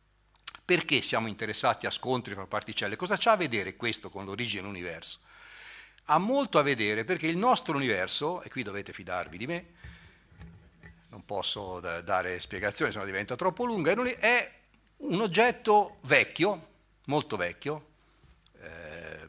Perché siamo interessati a scontri fra particelle? Cosa c'ha a vedere questo con l'origine dell'universo? Ha molto a vedere perché il nostro universo, e qui dovete fidarvi di me, non posso da- dare spiegazioni, se no diventa troppo lunga, è un oggetto vecchio, molto vecchio, eh,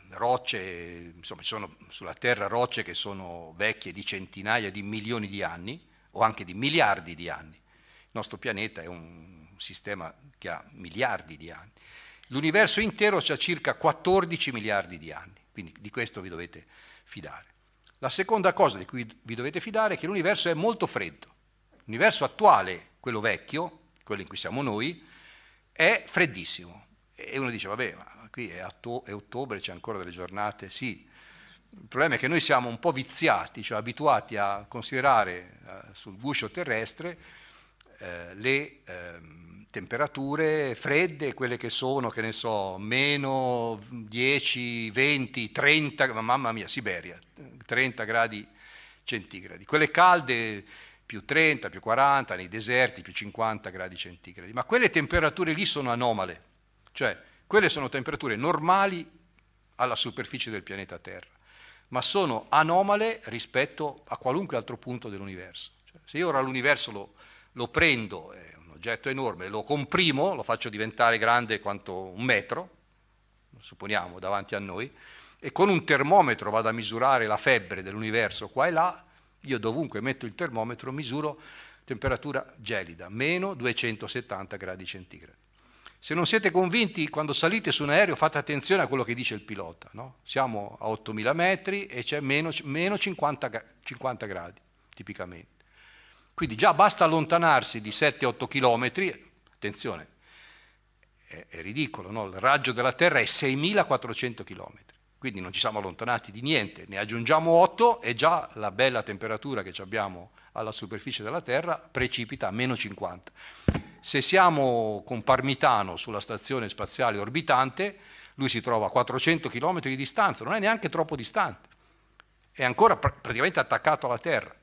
rocce, insomma ci sono sulla Terra rocce che sono vecchie di centinaia di milioni di anni, o anche di miliardi di anni. Il nostro pianeta è un sistema che ha miliardi di anni. L'universo intero ha circa quattordici miliardi di anni, quindi di questo vi dovete fidare. La seconda cosa di cui vi dovete fidare è che l'universo è molto freddo. L'universo attuale, quello vecchio, quello in cui siamo noi, è freddissimo. E uno dice, vabbè, ma qui è, atto- è ottobre, c'è ancora delle giornate, sì. Il problema è che noi siamo un po' viziati, cioè abituati a considerare eh, sul guscio terrestre eh, le eh, temperature fredde, quelle che sono, che ne so, meno dieci, venti, trenta, mamma mia, Siberia, trenta gradi centigradi. Quelle calde più trenta, più quaranta, nei deserti più cinquanta gradi centigradi. Ma quelle temperature lì sono anomale, cioè quelle sono temperature normali alla superficie del pianeta Terra, ma sono anomale rispetto a qualunque altro punto dell'universo. Cioè, se io ora l'universo lo, lo prendo, è un oggetto enorme, lo comprimo, lo faccio diventare grande quanto un metro, supponiamo, davanti a noi, e con un termometro vado a misurare la febbre dell'universo qua e là, io dovunque metto il termometro misuro temperatura gelida, meno duecentosettanta gradi centigradi. Se non siete convinti, quando salite su un aereo fate attenzione a quello che dice il pilota, no? Siamo a ottomila metri e c'è meno, meno cinquanta, cinquanta gradi, tipicamente. Quindi già basta allontanarsi di sette otto chilometri, attenzione, è, è ridicolo, no? Il raggio della Terra è seimilaquattrocento chilometri, quindi non ci siamo allontanati di niente, ne aggiungiamo otto e già la bella temperatura che abbiamo alla superficie della Terra precipita a meno cinquanta. Se siamo con Parmitano sulla stazione spaziale orbitante, lui si trova a quattrocento chilometri di distanza, non è neanche troppo distante, è ancora pr- praticamente attaccato alla Terra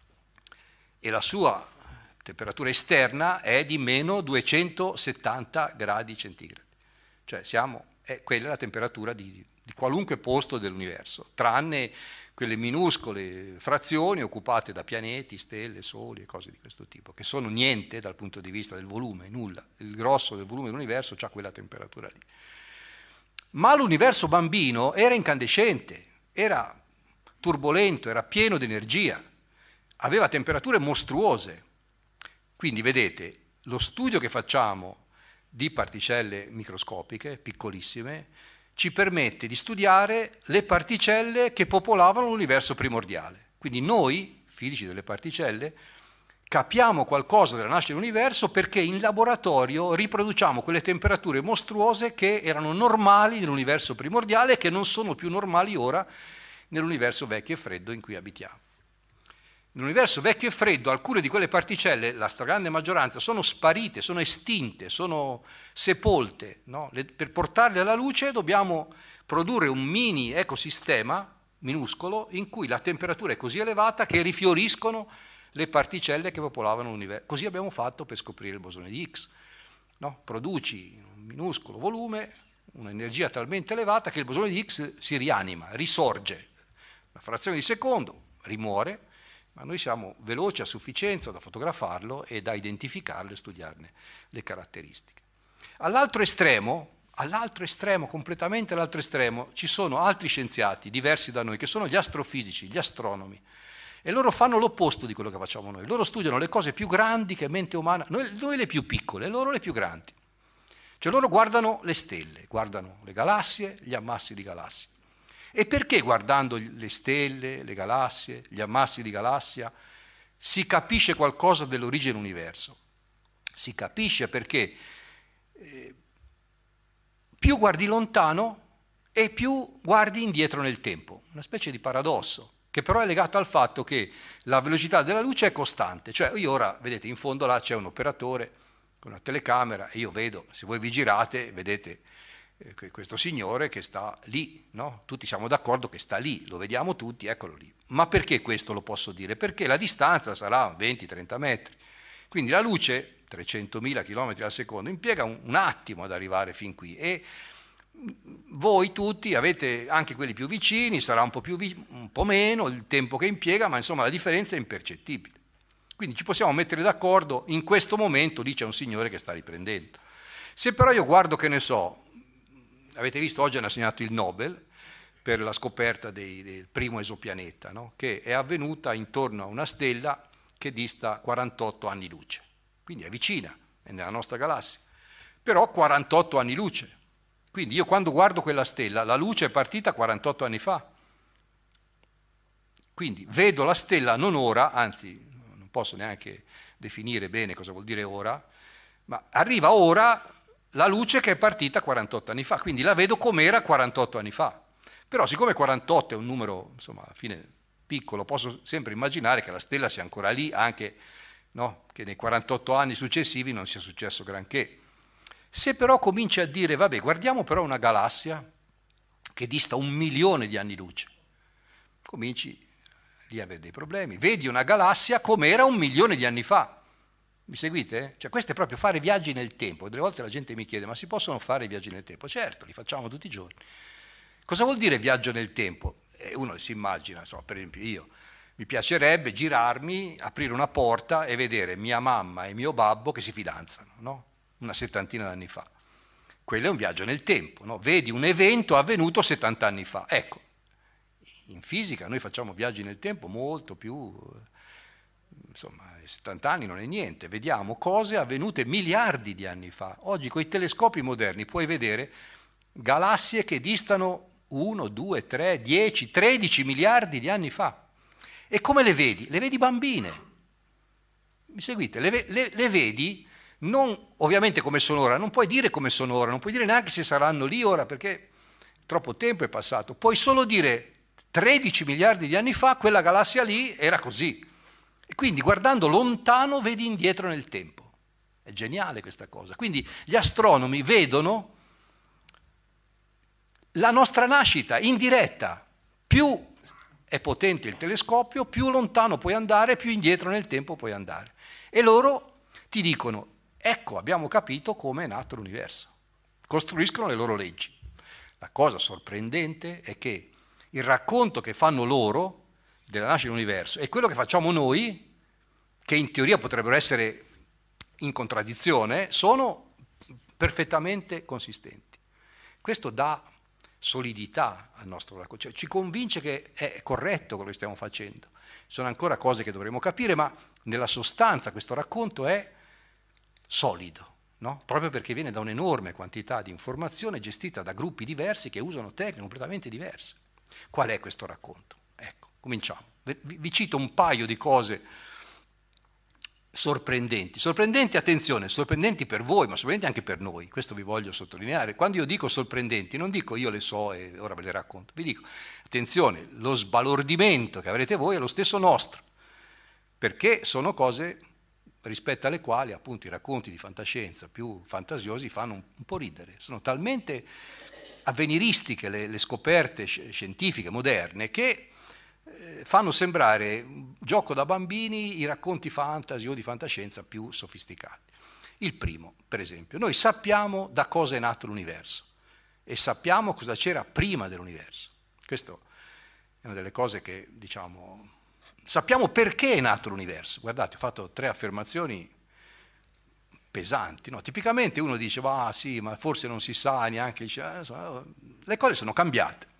e la sua temperatura esterna è di meno duecentosettanta gradi centigradi, cioè siamo, è, quella è la temperatura di, di qualunque posto dell'universo, tranne quelle minuscole frazioni occupate da pianeti, stelle, soli e cose di questo tipo, che sono niente dal punto di vista del volume, nulla. Il grosso del volume dell'universo ha quella temperatura lì. Ma l'universo bambino era incandescente, era turbolento, era pieno di energia, aveva temperature mostruose. Quindi vedete, lo studio che facciamo di particelle microscopiche, piccolissime, ci permette di studiare le particelle che popolavano l'universo primordiale. Quindi noi, fisici delle particelle, capiamo qualcosa della nascita dell'universo perché in laboratorio riproduciamo quelle temperature mostruose che erano normali nell'universo primordiale e che non sono più normali ora nell'universo vecchio e freddo in cui abitiamo. Nell'universo vecchio e freddo alcune di quelle particelle, la stragrande maggioranza, sono sparite, sono estinte, sono sepolte. No? Le, per portarle alla luce dobbiamo produrre un mini ecosistema minuscolo in cui la temperatura è così elevata che rifioriscono le particelle che popolavano l'universo. Così abbiamo fatto per scoprire il bosone di Higgs. No? Produci un minuscolo volume, un'energia talmente elevata che il bosone di Higgs si rianima, risorge. Una frazione di secondo, rimuore, ma noi siamo veloci a sufficienza da fotografarlo e da identificarlo e studiarne le caratteristiche. All'altro estremo, all'altro estremo, completamente all'altro estremo, ci sono altri scienziati diversi da noi, che sono gli astrofisici, gli astronomi, e loro fanno l'opposto di quello che facciamo noi. Loro studiano le cose più grandi che mente umana, noi, noi le più piccole, loro le più grandi. Cioè loro guardano le stelle, guardano le galassie, gli ammassi di galassie. E perché guardando le stelle, le galassie, gli ammassi di galassia, si capisce qualcosa dell'origine dell'universo? Si capisce perché eh, più guardi lontano e più guardi indietro nel tempo, una specie di paradosso, che però è legato al fatto che la velocità della luce è costante. Cioè io ora, vedete, in fondo là c'è un operatore con una telecamera e io vedo, se voi vi girate, vedete questo signore che sta lì, no? Tutti siamo d'accordo che sta lì, lo vediamo tutti, eccolo lì. Ma perché questo lo posso dire? Perché la distanza sarà venti trenta metri. Quindi la luce, trecentomila chilometri al secondo, impiega un, un attimo ad arrivare fin qui e voi tutti avete, anche quelli più vicini, sarà un po' più un po' meno il tempo che impiega, ma insomma la differenza è impercettibile. Quindi ci possiamo mettere d'accordo, in questo momento lì c'è un signore che sta riprendendo. Se però io guardo, che ne so, avete visto, oggi hanno assegnato il Nobel per la scoperta dei, del primo esopianeta, no? Che è avvenuta intorno a una stella che dista quarantotto anni luce, quindi è vicina, è nella nostra galassia, però quarantotto anni luce. Quindi io quando guardo quella stella, la luce è partita quarantotto anni fa. Quindi vedo la stella non ora, anzi non posso neanche definire bene cosa vuol dire ora, ma arriva ora la luce che è partita quarantotto anni fa, quindi la vedo com'era quarantotto anni fa. Però siccome quarantotto è un numero, insomma, alla fine piccolo, posso sempre immaginare che la stella sia ancora lì, anche no, che nei quarantotto anni successivi non sia successo granché. Se però cominci a dire, vabbè, guardiamo però una galassia che dista un milione di anni luce, cominci lì a avere dei problemi. Vedi una galassia com'era un milione di anni fa. Mi seguite? Cioè questo è proprio fare viaggi nel tempo. Delle volte la gente mi chiede, ma si possono fare viaggi nel tempo? Certo, li facciamo tutti i giorni. Cosa vuol dire viaggio nel tempo? E uno si immagina, so, per esempio io, mi piacerebbe girarmi, aprire una porta e vedere mia mamma e mio babbo che si fidanzano, no? Una settantina d'anni fa. Quello è un viaggio nel tempo, no? Vedi un evento avvenuto settanta anni fa. Ecco, in fisica noi facciamo viaggi nel tempo molto più... Insomma, settanta anni non è niente, vediamo cose avvenute miliardi di anni fa. Oggi con i telescopi moderni puoi vedere galassie che distano uno, due, tre, dieci, tredici miliardi di anni fa. E come le vedi? Le vedi bambine. Mi seguite? Le, le, le vedi non ovviamente come sono ora, non puoi dire come sono ora, non puoi dire neanche se saranno lì ora perché troppo tempo è passato. Puoi solo dire tredici miliardi di anni fa quella galassia lì era così. E quindi guardando lontano vedi indietro nel tempo. È geniale questa cosa. Quindi gli astronomi vedono la nostra nascita in diretta. Più è potente il telescopio, più lontano puoi andare, più indietro nel tempo puoi andare. E loro ti dicono, ecco, abbiamo capito come è nato l'universo. Costruiscono le loro leggi. La cosa sorprendente è che il racconto che fanno loro della nascita dell'universo e quello che facciamo noi, che in teoria potrebbero essere in contraddizione, sono perfettamente consistenti. Questo dà solidità al nostro racconto, cioè ci convince che è corretto quello che stiamo facendo. Sono ancora cose che dovremo capire, ma nella sostanza questo racconto è solido, no? Proprio perché viene da un'enorme quantità di informazione gestita da gruppi diversi che usano tecniche completamente diverse. Qual è questo racconto? Ecco, cominciamo. Vi, vi cito un paio di cose sorprendenti. Sorprendenti, attenzione, sorprendenti per voi, ma sorprendenti anche per noi. Questo vi voglio sottolineare. Quando io dico sorprendenti, non dico io le so e ora ve le racconto. Vi dico, attenzione, lo sbalordimento che avrete voi è lo stesso nostro, perché sono cose rispetto alle quali appunto i racconti di fantascienza più fantasiosi fanno un, un po' ridere. Sono talmente avveniristiche le, le scoperte scientifiche moderne che fanno sembrare gioco da bambini i racconti fantasy o di fantascienza più sofisticati. Il primo, per esempio, noi sappiamo da cosa è nato l'universo e sappiamo cosa c'era prima dell'universo. Questa è una delle cose che, diciamo, sappiamo perché è nato l'universo. Guardate, ho fatto tre affermazioni pesanti, no? Tipicamente uno dice, ah sì, ma forse non si sa neanche, dice, eh, le cose sono cambiate.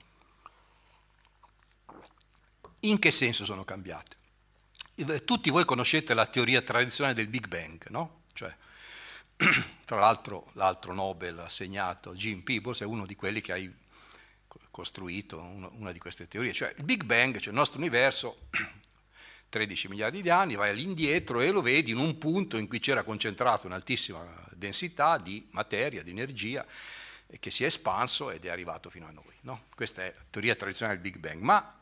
In che senso sono cambiate? Tutti voi conoscete la teoria tradizionale del Big Bang, no? Cioè, tra l'altro l'altro Nobel assegnato Jim Peebles è uno di quelli che ha costruito una di queste teorie. Cioè il Big Bang, cioè il nostro universo, tredici miliardi di anni, vai all'indietro e lo vedi in un punto in cui c'era concentrata un'altissima densità di materia, di energia, che si è espanso ed è arrivato fino a noi, no? Questa è la teoria tradizionale del Big Bang, ma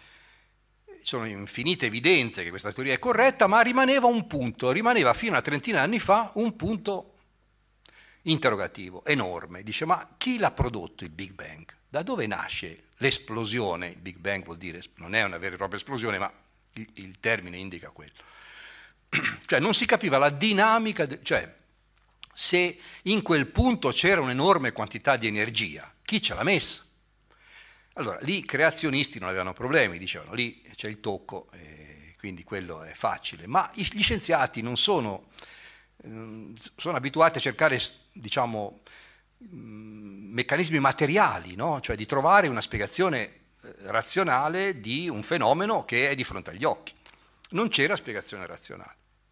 sono infinite evidenze che questa teoria è corretta, ma rimaneva un punto, rimaneva fino a una trentina di anni fa un punto interrogativo enorme. Dice, ma chi l'ha prodotto il Big Bang? Da dove nasce l'esplosione? Il Big Bang vuol dire, non è una vera e propria esplosione, ma il, il termine indica quello. Cioè non si capiva la dinamica, de, cioè se in quel punto c'era un'enorme quantità di energia, chi ce l'ha messa? Allora, lì i creazionisti non avevano problemi, dicevano, lì c'è il tocco, eh, quindi quello è facile, ma gli scienziati non sono, eh, sono abituati a cercare, diciamo, mh, meccanismi materiali, no? Cioè di trovare una spiegazione eh, razionale di un fenomeno che è di fronte agli occhi. Non c'era spiegazione razionale.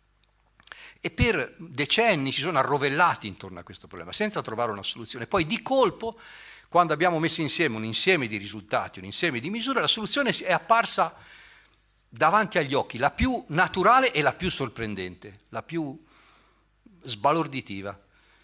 E per decenni si sono arrovellati intorno a questo problema, senza trovare una soluzione. Poi di colpo, quando abbiamo messo insieme un insieme di risultati, un insieme di misure, la soluzione è apparsa davanti agli occhi, la più naturale e la più sorprendente, la più sbalorditiva.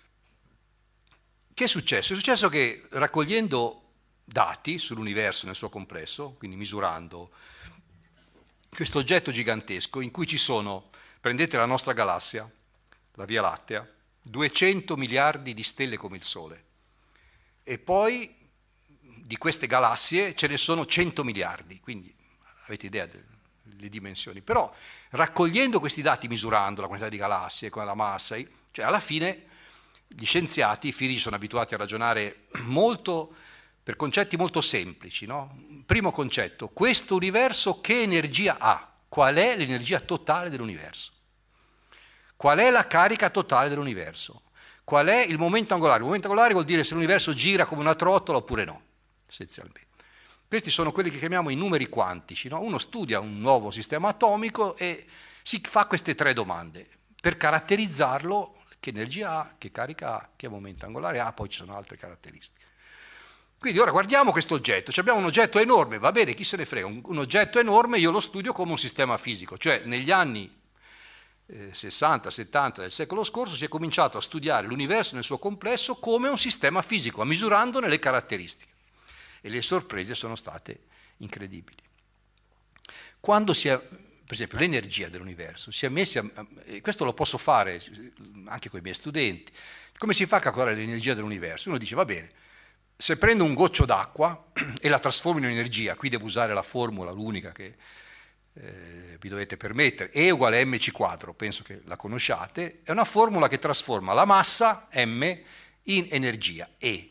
Che è successo? È successo che raccogliendo dati sull'universo nel suo complesso, quindi misurando questo oggetto gigantesco in cui ci sono, prendete la nostra galassia, la Via Lattea, duecento miliardi di stelle come il Sole. E poi di queste galassie ce ne sono cento miliardi, quindi avete idea delle dimensioni. Però raccogliendo questi dati, misurando la quantità di galassie, con la massa, cioè alla fine gli scienziati, i fisici sono abituati a ragionare molto per concetti molto semplici, no? Primo concetto, questo universo che energia ha? Qual è l'energia totale dell'universo? Qual è la carica totale dell'universo? Qual è il momento angolare? Il momento angolare vuol dire se l'universo gira come una trottola oppure no, essenzialmente. Questi sono quelli che chiamiamo i numeri quantici, no? Uno studia un nuovo sistema atomico e si fa queste tre domande. Per caratterizzarlo, che energia ha, che carica ha, che momento angolare ha, poi ci sono altre caratteristiche. Quindi ora guardiamo questo oggetto, cioè abbiamo un oggetto enorme, va bene, chi se ne frega, un, un oggetto enorme io lo studio come un sistema fisico, cioè negli anni sessanta settanta del secolo scorso si è cominciato a studiare l'universo nel suo complesso come un sistema fisico, misurandone le caratteristiche. E le sorprese sono state incredibili. Quando si è, per esempio, l'energia dell'universo, si è messa, e questo lo posso fare anche con i miei studenti, come si fa a calcolare l'energia dell'universo? Uno dice, va bene, se prendo un goccio d'acqua e la trasformo in energia, qui devo usare la formula, l'unica che Eh, vi dovete permettere, E uguale mc quadro, penso che la conosciate, è una formula che trasforma la massa m in energia E.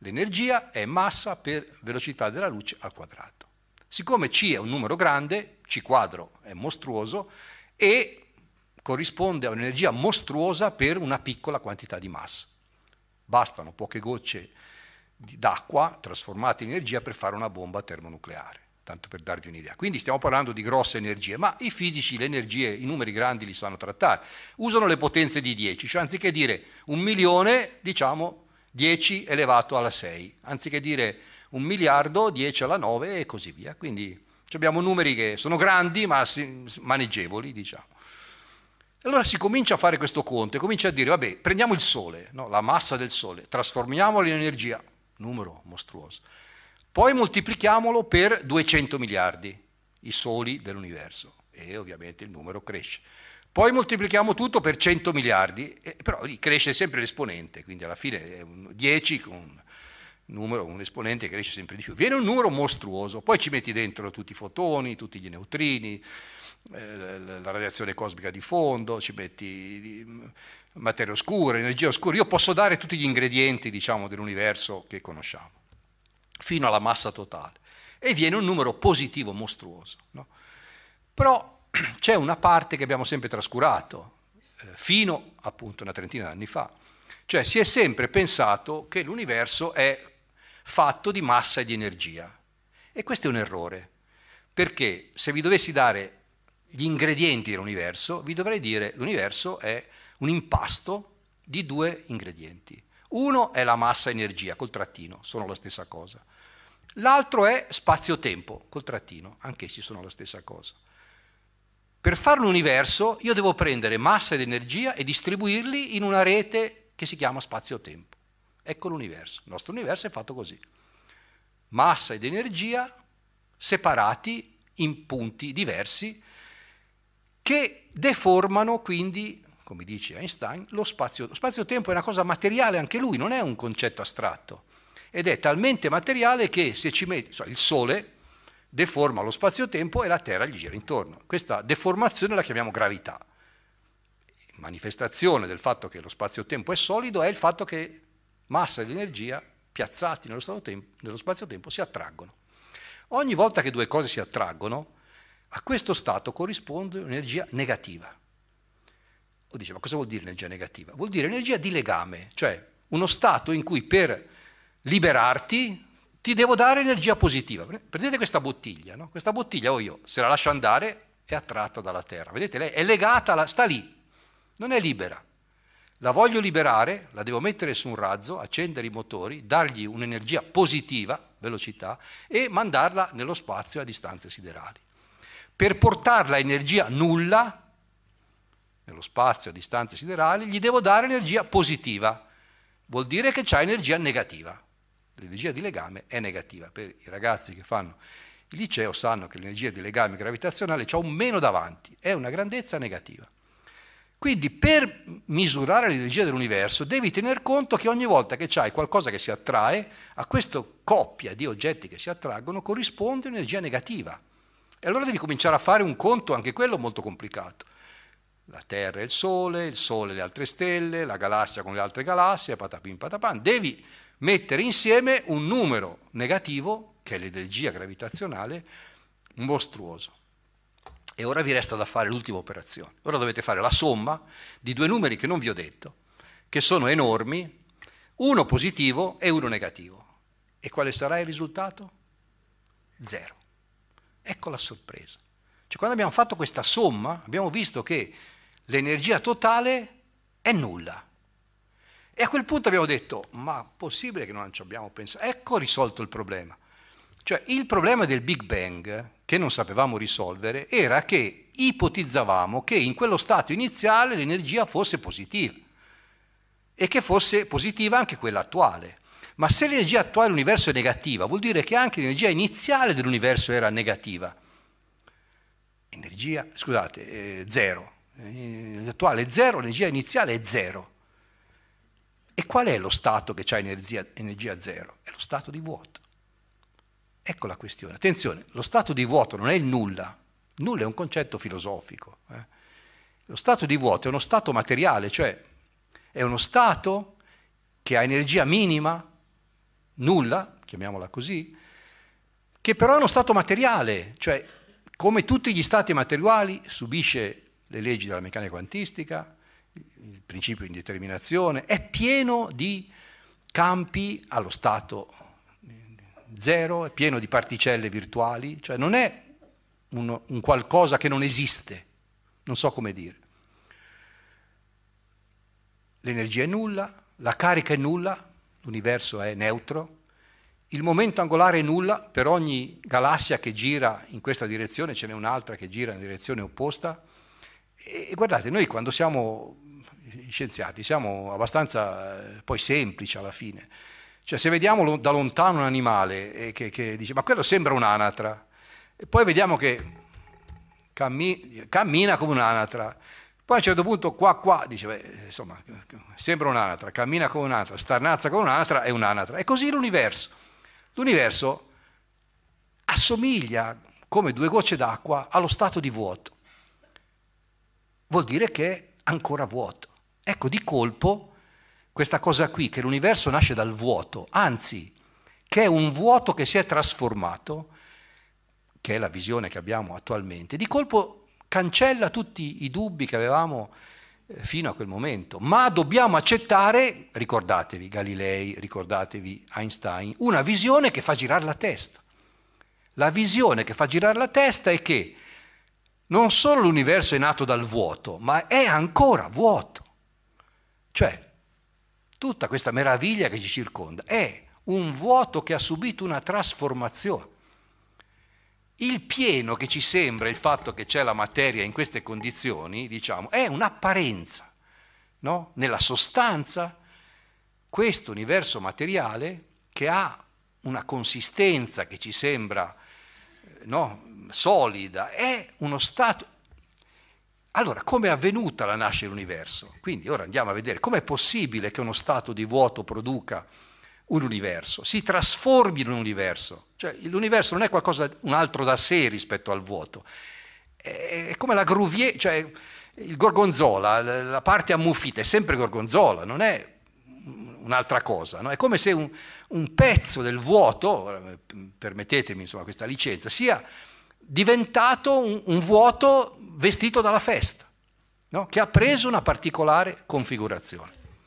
L'energia è massa per velocità della luce al quadrato. Siccome C è un numero grande, C quadro è mostruoso e corrisponde a un'energia mostruosa per una piccola quantità di massa. Bastano poche gocce d'acqua trasformate in energia per fare una bomba termonucleare, tanto per darvi un'idea. Quindi stiamo parlando di grosse energie, ma i fisici le energie, i numeri grandi li sanno trattare. Usano le potenze di dieci, cioè anziché dire un milione, diciamo dieci elevato alla sei, anziché dire un miliardo, dieci alla nove e così via. Quindi abbiamo numeri che sono grandi ma maneggevoli, diciamo. Allora si comincia a fare questo conto e comincia a dire, vabbè, prendiamo il Sole, no? La massa del Sole, trasformiamolo in energia, numero mostruoso. Poi moltiplichiamolo per duecento miliardi, i soli dell'universo, e ovviamente il numero cresce. Poi moltiplichiamo tutto per cento miliardi, e però cresce sempre l'esponente, quindi alla fine è un dieci con un numero, un esponente che cresce sempre di più. Viene un numero mostruoso, poi ci metti dentro tutti i fotoni, tutti gli neutrini, la radiazione cosmica di fondo, ci metti materia oscura, energia oscura. Io posso dare tutti gli ingredienti, diciamo, dell'universo che conosciamo, fino alla massa totale, e viene un numero positivo mostruoso, no? Però c'è una parte che abbiamo sempre trascurato, eh, fino appunto una trentina d'anni fa, cioè si è sempre pensato che l'universo è fatto di massa e di energia, e questo è un errore, perché se vi dovessi dare gli ingredienti dell'universo, vi dovrei dire l'universo è un impasto di due ingredienti. Uno è la massa-energia, col trattino, sono la stessa cosa. L'altro è spazio-tempo, col trattino, anch'essi sono la stessa cosa. Per fare l'universo io devo prendere massa ed energia e distribuirli in una rete che si chiama spazio-tempo. Ecco l'universo. Il nostro universo è fatto così. Massa ed energia separati in punti diversi che deformano quindi, come dice Einstein, lo spazio. Lo spazio-tempo è una cosa materiale, anche lui, non è un concetto astratto, ed è talmente materiale che se ci metti, cioè il Sole deforma lo spazio-tempo e la Terra gli gira intorno. Questa deformazione la chiamiamo gravità. Manifestazione del fatto che lo spazio-tempo è solido è il fatto che massa ed energia piazzati nello spazio-tempo, nello spazio-tempo si attraggono. Ogni volta che due cose si attraggono, a questo stato corrisponde un'energia negativa. O dice, ma cosa vuol dire energia negativa? Vuol dire energia di legame, cioè uno stato in cui per liberarti ti devo dare energia positiva. Prendete questa bottiglia, no? Questa bottiglia, o io, se la lascio andare, è attratta dalla terra. Vedete, lei è legata, alla, sta lì, non è libera. La voglio liberare, la devo mettere su un razzo, accendere i motori, dargli un'energia positiva, velocità, e mandarla nello spazio a distanze siderali. Per portarla a energia nulla, nello spazio a distanze siderali, gli devo dare energia positiva. Vuol dire che c'ha energia negativa. L'energia di legame è negativa. Per i ragazzi che fanno il liceo sanno che l'energia di legame gravitazionale c'ha un meno davanti, è una grandezza negativa. Quindi per misurare l'energia dell'universo devi tener conto che ogni volta che c'hai qualcosa che si attrae, a questa coppia di oggetti che si attraggono corrisponde un'energia negativa. E allora devi cominciare a fare un conto, anche quello molto complicato. La Terra e il Sole, il Sole e le altre stelle, la galassia con le altre galassie, patapim patapam. Devi mettere insieme un numero negativo, che è l'energia gravitazionale, mostruoso. E ora vi resta da fare l'ultima operazione. Ora dovete fare la somma di due numeri che non vi ho detto, che sono enormi, uno positivo e uno negativo. E quale sarà il risultato? Zero. Ecco la sorpresa. Cioè, quando abbiamo fatto questa somma, abbiamo visto che l'energia totale è nulla. E a quel punto abbiamo detto, ma possibile che non ci abbiamo pensato? Ecco risolto il problema. Cioè, il problema del Big Bang, che non sapevamo risolvere, era che ipotizzavamo che in quello stato iniziale l'energia fosse positiva e che fosse positiva anche quella attuale. Ma se l'energia attuale dell'universo è negativa, vuol dire che anche l'energia iniziale dell'universo era negativa. Energia, scusate, eh, zero. L'energia attuale è zero, l'energia iniziale è zero. E qual è lo stato che ha energia, energia zero? È lo stato di vuoto. Ecco la questione. Attenzione, lo stato di vuoto non è il nulla. Il nulla è un concetto filosofico. Eh. Lo stato di vuoto è uno stato materiale, cioè è uno stato che ha energia minima nulla, chiamiamola così, che però è uno stato materiale, cioè come tutti gli stati materiali subisce le leggi della meccanica quantistica, il principio di indeterminazione, è pieno di campi allo stato zero, è pieno di particelle virtuali, cioè non è un, un qualcosa che non esiste, non so come dire. L'energia è nulla, la carica è nulla, l'universo è neutro, il momento angolare è nulla, per ogni galassia che gira in questa direzione ce n'è un'altra che gira in direzione opposta. E, e guardate, noi quando siamo scienziati siamo abbastanza eh, poi semplici alla fine. Cioè se vediamo lo, da lontano un animale eh, che, che dice ma quello sembra un'anatra, e poi vediamo che cammi, cammina come un'anatra, poi a un certo punto qua qua dice beh, insomma sembra un'anatra, cammina come un'anatra, starnazza come un'anatra, è un'anatra. E così l'universo. L'universo assomiglia come due gocce d'acqua allo stato di vuoto. Vuol dire che è ancora vuoto. Ecco, di colpo, questa cosa qui, che l'universo nasce dal vuoto, anzi, che è un vuoto che si è trasformato, che è la visione che abbiamo attualmente, di colpo cancella tutti i dubbi che avevamo eh, fino a quel momento. Ma dobbiamo accettare, ricordatevi Galilei, ricordatevi Einstein, una visione che fa girare la testa. La visione che fa girare la testa è che non solo l'universo è nato dal vuoto, ma è ancora vuoto. Cioè, tutta questa meraviglia che ci circonda è un vuoto che ha subito una trasformazione. Il pieno che ci sembra, il fatto che c'è la materia in queste condizioni, diciamo, è un'apparenza, no? Nella sostanza, questo universo materiale che ha una consistenza che ci sembra, no, solida, è uno stato. Allora, come è avvenuta la nascita dell'universo? Quindi ora andiamo a vedere com'è possibile che uno stato di vuoto produca un universo, si trasformi in un universo. Cioè l'universo non è qualcosa, un altro da sé rispetto al vuoto. È come la Gruvier, cioè il gorgonzola, la parte ammuffita è sempre gorgonzola, non è un'altra cosa, no? È come se un, un pezzo del vuoto, permettetemi insomma questa licenza, sia diventato un, un vuoto vestito dalla festa, no? Che ha preso una particolare configurazione.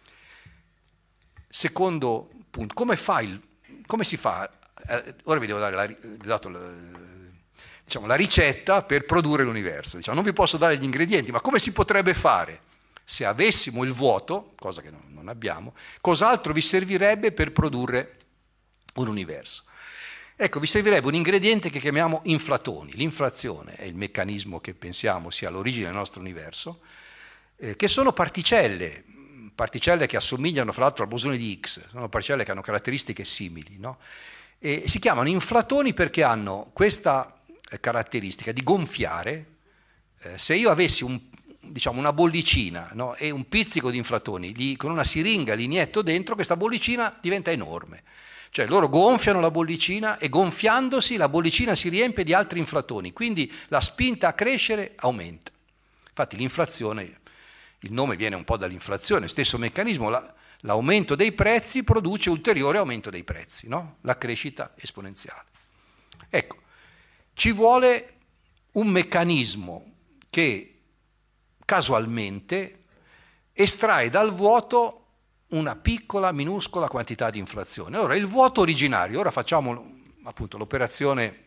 Secondo punto, come, fa il, come si fa? Eh, ora vi devo dare la, dato la, diciamo, la ricetta per produrre l'universo. Diciamo, non vi posso dare gli ingredienti, ma come si potrebbe fare? Se avessimo il vuoto, cosa che non, non abbiamo, cos'altro vi servirebbe per produrre un universo? Ecco, vi servirebbe un ingrediente che chiamiamo inflatoni. L'inflazione è il meccanismo che pensiamo sia all'origine del nostro universo, eh, che sono particelle, particelle che assomigliano fra l'altro al bosone di Higgs, sono particelle che hanno caratteristiche simili, no? E si chiamano inflatoni perché hanno questa caratteristica di gonfiare. Eh, se io avessi un, diciamo, una bollicina, no, e un pizzico di inflatoni, gli, con una siringa li inietto dentro, questa bollicina diventa enorme. Cioè loro gonfiano la bollicina e gonfiandosi la bollicina si riempie di altri inflatoni, quindi la spinta a crescere aumenta. Infatti l'inflazione, il nome viene un po' dall'inflazione, stesso meccanismo, la, l'aumento dei prezzi produce ulteriore aumento dei prezzi, no? La crescita esponenziale. Ecco, ci vuole un meccanismo che casualmente estrae dal vuoto una piccola, minuscola quantità di inflazione. Allora, il vuoto originario, ora facciamo appunto l'operazione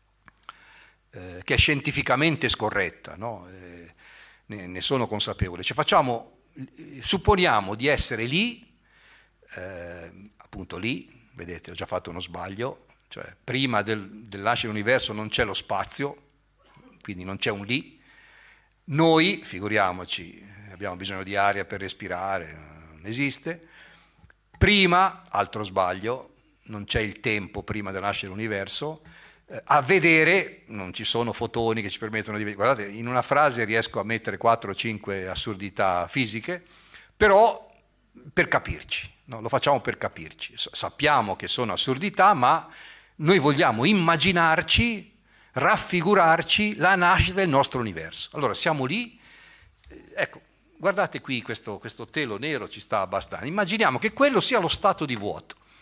eh, che è scientificamente scorretta, no? eh, ne, ne sono consapevole. Cioè facciamo, supponiamo di essere lì, eh, appunto lì, vedete, ho già fatto uno sbaglio, cioè prima del, del nascere dell'universo non c'è lo spazio, quindi non c'è un lì. Noi, figuriamoci, abbiamo bisogno di aria per respirare, non esiste. Prima, altro sbaglio, non c'è il tempo prima del nascere dell'universo. Eh, a vedere, non ci sono fotoni che ci permettono di vedere. Guardate, in una frase riesco a mettere quattro o cinque assurdità fisiche, però per capirci, no? Lo facciamo per capirci. S- sappiamo che sono assurdità, ma noi vogliamo immaginarci, raffigurarci la nascita del nostro universo. Allora siamo lì, eh, ecco, guardate qui questo, questo telo nero ci sta abbastanza. Immaginiamo che quello sia lo stato di vuoto.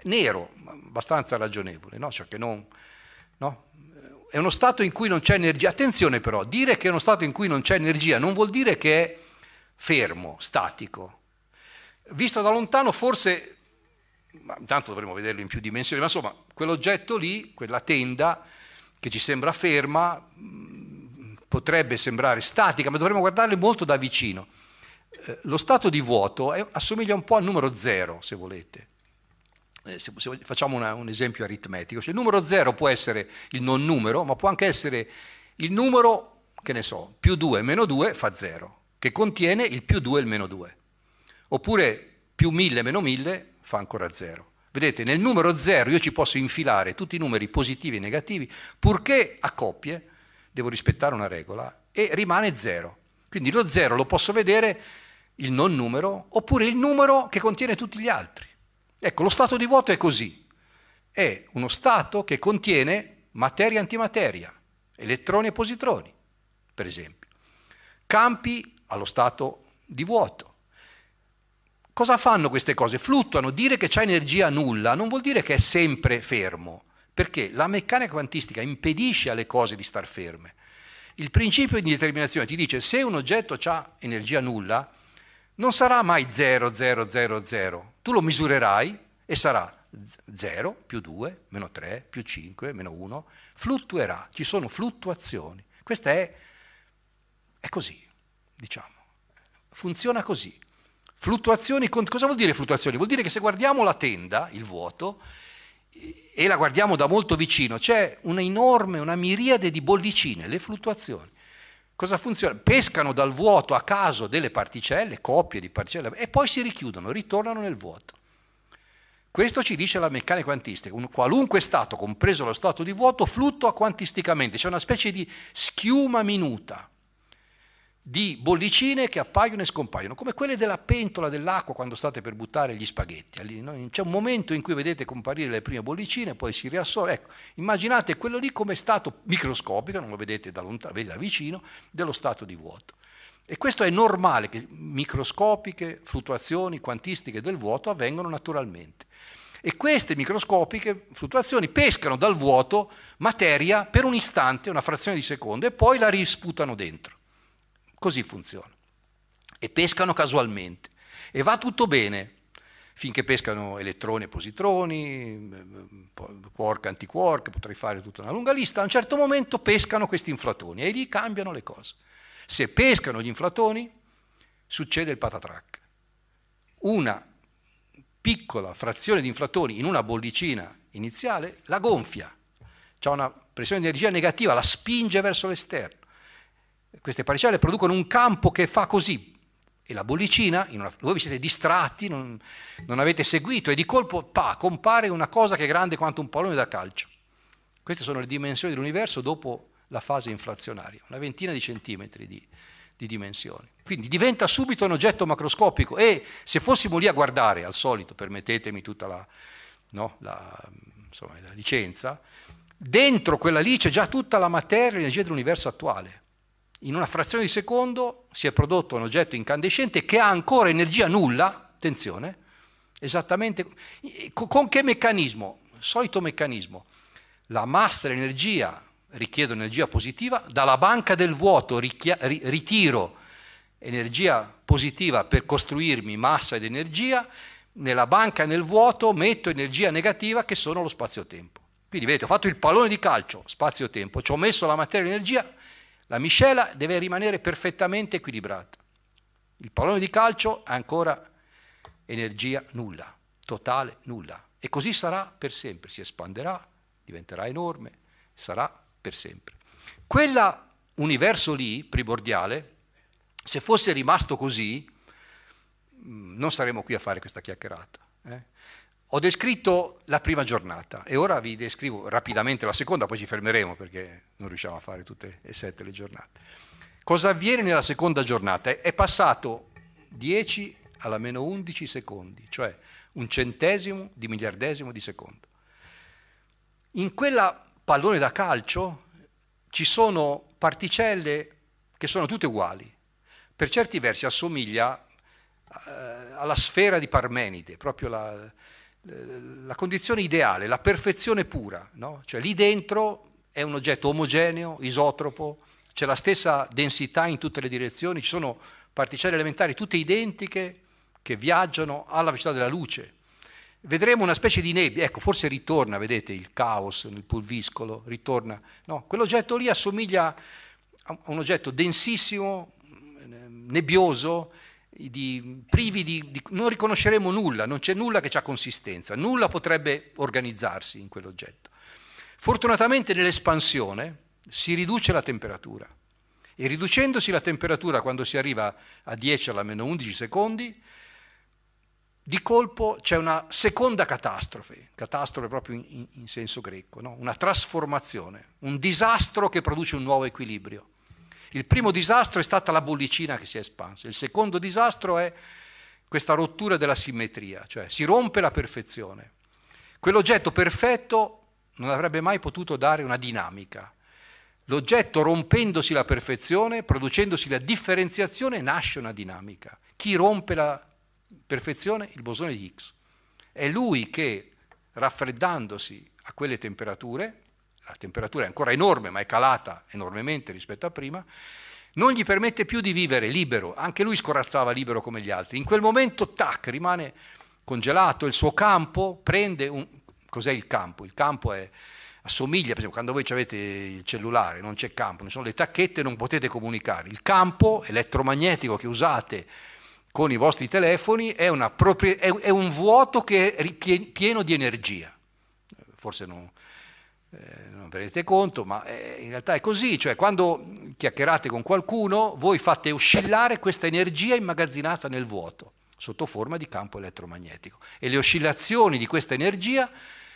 nero, abbastanza ragionevole, no? Cioè che non, no? È uno stato in cui non c'è energia. Attenzione però, dire che è uno stato in cui non c'è energia non vuol dire che è fermo, statico. Visto da lontano forse, ma intanto dovremo vederlo in più dimensioni, ma insomma quell'oggetto lì, quella tenda che ci sembra ferma, potrebbe sembrare statica, ma dovremmo guardarle molto da vicino. Eh, lo stato di vuoto è, assomiglia un po' al numero zero, se volete. Eh, se, se facciamo una, un esempio aritmetico, cioè il numero zero può essere il non numero, ma può anche essere il numero, che ne so, più due meno due fa zero, che contiene il più due e il meno due. Oppure più mille meno mille fa ancora zero. Vedete, nel numero zero io ci posso infilare tutti i numeri positivi e negativi, purché a coppie devo rispettare una regola e rimane zero. Quindi lo zero lo posso vedere il non numero, oppure il numero che contiene tutti gli altri. Ecco, lo stato di vuoto è così. È uno stato che contiene materia e antimateria, elettroni e positroni, per esempio. Campi allo stato di vuoto. Cosa fanno queste cose? Fluttuano. Dire che c'è energia nulla non vuol dire che è sempre fermo, perché la meccanica quantistica impedisce alle cose di star ferme. Il principio di indeterminazione ti dice se un oggetto ha energia nulla, non sarà mai zero, zero, zero, zero. Tu lo misurerai e sarà zero, più due, meno tre, più cinque, meno uno. Fluttuerà, ci sono fluttuazioni. Questa è, è così, diciamo. Funziona così. Fluttuazioni, cosa vuol dire fluttuazioni? Vuol dire che se guardiamo la tenda, il vuoto, e la guardiamo da molto vicino, c'è una enorme, una miriade di bollicine, le fluttuazioni. Cosa funziona? Pescano dal vuoto a caso delle particelle, coppie di particelle, e poi si richiudono, ritornano nel vuoto. Questo ci dice la meccanica quantistica. Un qualunque stato, compreso lo stato di vuoto, fluttua quantisticamente. C'è una specie di schiuma minuta di bollicine che appaiono e scompaiono, come quelle della pentola dell'acqua quando state per buttare gli spaghetti. C'è un momento in cui vedete comparire le prime bollicine, poi si riassorbe. Ecco, immaginate quello lì come stato microscopico, non lo vedete da lontano, vedete da vicino, dello stato di vuoto. E questo è normale, che microscopiche fluttuazioni quantistiche del vuoto avvengono naturalmente. E queste microscopiche fluttuazioni pescano dal vuoto materia per un istante, una frazione di secondo, e poi la risputano dentro. Così funziona. E pescano casualmente. E va tutto bene, finché pescano elettroni e positroni, quark, antiquark, potrei fare tutta una lunga lista. A un certo momento pescano questi inflatoni e lì cambiano le cose. Se pescano gli inflatoni, succede il patatrac. Una piccola frazione di inflatoni in una bollicina iniziale la gonfia. C'è una pressione di energia negativa, la spinge verso l'esterno. Queste particelle producono un campo che fa così, e la bollicina, in una, voi vi siete distratti, non, non avete seguito, e di colpo pa, compare una cosa che è grande quanto un pallone da calcio. Queste sono le dimensioni dell'universo dopo la fase inflazionaria, una ventina di centimetri di, di dimensioni. Quindi diventa subito un oggetto macroscopico, e se fossimo lì a guardare, al solito, permettetemi tutta la, no, la, insomma, la licenza, dentro quella lì c'è già tutta la materia e l'energia dell'universo attuale. In una frazione di secondo si è prodotto un oggetto incandescente che ha ancora energia nulla, attenzione, esattamente, con che meccanismo? Solito meccanismo, la massa e l'energia richiedono energia positiva, dalla banca del vuoto ritiro energia positiva per costruirmi massa ed energia, nella banca e nel vuoto metto energia negativa che sono lo spazio-tempo. Quindi vedete, ho fatto il pallone di calcio, spazio-tempo, ci ho messo la materia e l'energia. La miscela deve rimanere perfettamente equilibrata. Il pallone di calcio ha ancora energia nulla, totale nulla. E così sarà per sempre, si espanderà, diventerà enorme, sarà per sempre. Quell'universo lì, primordiale, se fosse rimasto così, non saremmo qui a fare questa chiacchierata. Eh? Ho descritto la prima giornata e ora vi descrivo rapidamente la seconda, poi ci fermeremo perché non riusciamo a fare tutte e sette le giornate. Cosa avviene nella seconda giornata? È passato dieci alla meno undici secondi, cioè un centesimo di miliardesimo di secondo. In quella pallone da calcio ci sono particelle che sono tutte uguali. Per certi versi assomiglia eh, alla sfera di Parmenide, proprio la... la condizione ideale, la perfezione pura, no? Cioè lì dentro è un oggetto omogeneo, isotropo, c'è la stessa densità in tutte le direzioni, ci sono particelle elementari tutte identiche che viaggiano alla velocità della luce. Vedremo una specie di nebbia, ecco, forse ritorna, vedete, il caos nel pulviscolo, ritorna, no? Quell'oggetto lì assomiglia a un oggetto densissimo, nebbioso, di, privi di, di... non riconosceremo nulla, non c'è nulla che ha consistenza, nulla potrebbe organizzarsi in quell'oggetto. Fortunatamente nell'espansione si riduce la temperatura e riducendosi la temperatura quando si arriva a dieci alla meno undici secondi, di colpo c'è una seconda catastrofe, catastrofe proprio in, in senso greco, no? Una trasformazione, un disastro che produce un nuovo equilibrio. Il primo disastro è stata la bollicina che si è espansa, il secondo disastro è questa rottura della simmetria, cioè si rompe la perfezione. Quell'oggetto perfetto non avrebbe mai potuto dare una dinamica. L'oggetto rompendosi la perfezione, producendosi la differenziazione, nasce una dinamica. Chi rompe la perfezione? Il bosone di Higgs. È lui che, raffreddandosi a quelle temperature, la temperatura è ancora enorme ma è calata enormemente rispetto a prima, non gli permette più di vivere libero, anche lui scorazzava libero come gli altri. In quel momento, tac, rimane congelato, il suo campo prende un... Cos'è il campo? Il campo è... assomiglia, per esempio, quando voi avete il cellulare, non c'è campo, non sono le tacchette, non potete comunicare. Il campo elettromagnetico che usate con i vostri telefoni è, una propria, è, è un vuoto che è pieno di energia. Forse non, eh, non vi rendete conto, ma è, in realtà è così. Cioè, quando chiacchierate con qualcuno, voi fate oscillare questa energia immagazzinata nel vuoto, sotto forma di campo elettromagnetico. E le oscillazioni di questa energia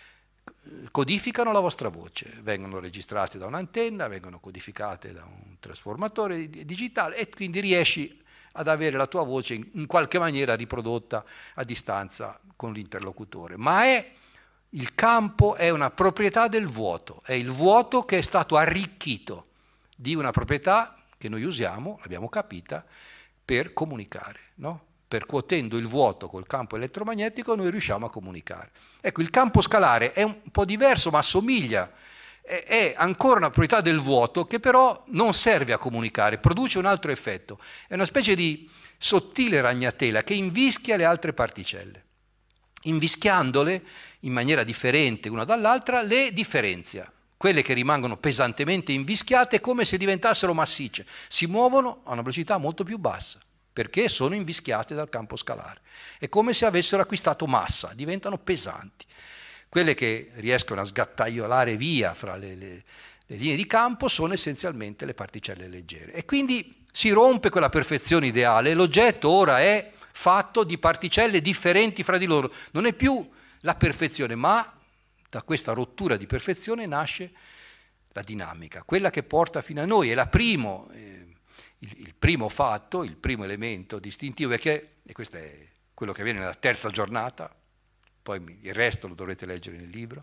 codificano la vostra voce, vengono registrate da un'antenna, vengono codificate da un trasformatore digitale e quindi riesci ad avere la tua voce in, in qualche maniera riprodotta a distanza con l'interlocutore. Ma è il campo è una proprietà del vuoto, è il vuoto che è stato arricchito di una proprietà che noi usiamo, l'abbiamo capita, per comunicare, no? Percuotendo il vuoto col campo elettromagnetico noi riusciamo a comunicare. Ecco, il campo scalare è un po' diverso ma assomiglia, è, è ancora una proprietà del vuoto che però non serve a comunicare, produce un altro effetto, è una specie di sottile ragnatela che invischia le altre particelle. Invischiandole in maniera differente una dall'altra le differenzia. Quelle che rimangono pesantemente invischiate come se diventassero massicce, si muovono a una velocità molto più bassa, perché sono invischiate dal campo scalare. È come se avessero acquistato massa, diventano pesanti. Quelle che riescono a sgattaiolare via fra le, le, le linee di campo sono essenzialmente le particelle leggere. E quindi si rompe quella perfezione ideale, l'oggetto ora è fatto di particelle differenti fra di loro. Non è più la perfezione, ma da questa rottura di perfezione nasce la dinamica, quella che porta fino a noi. È la primo... Eh, Il, il primo fatto, il primo elemento distintivo è che, e questo è quello che avviene nella terza giornata, poi il resto lo dovrete leggere nel libro,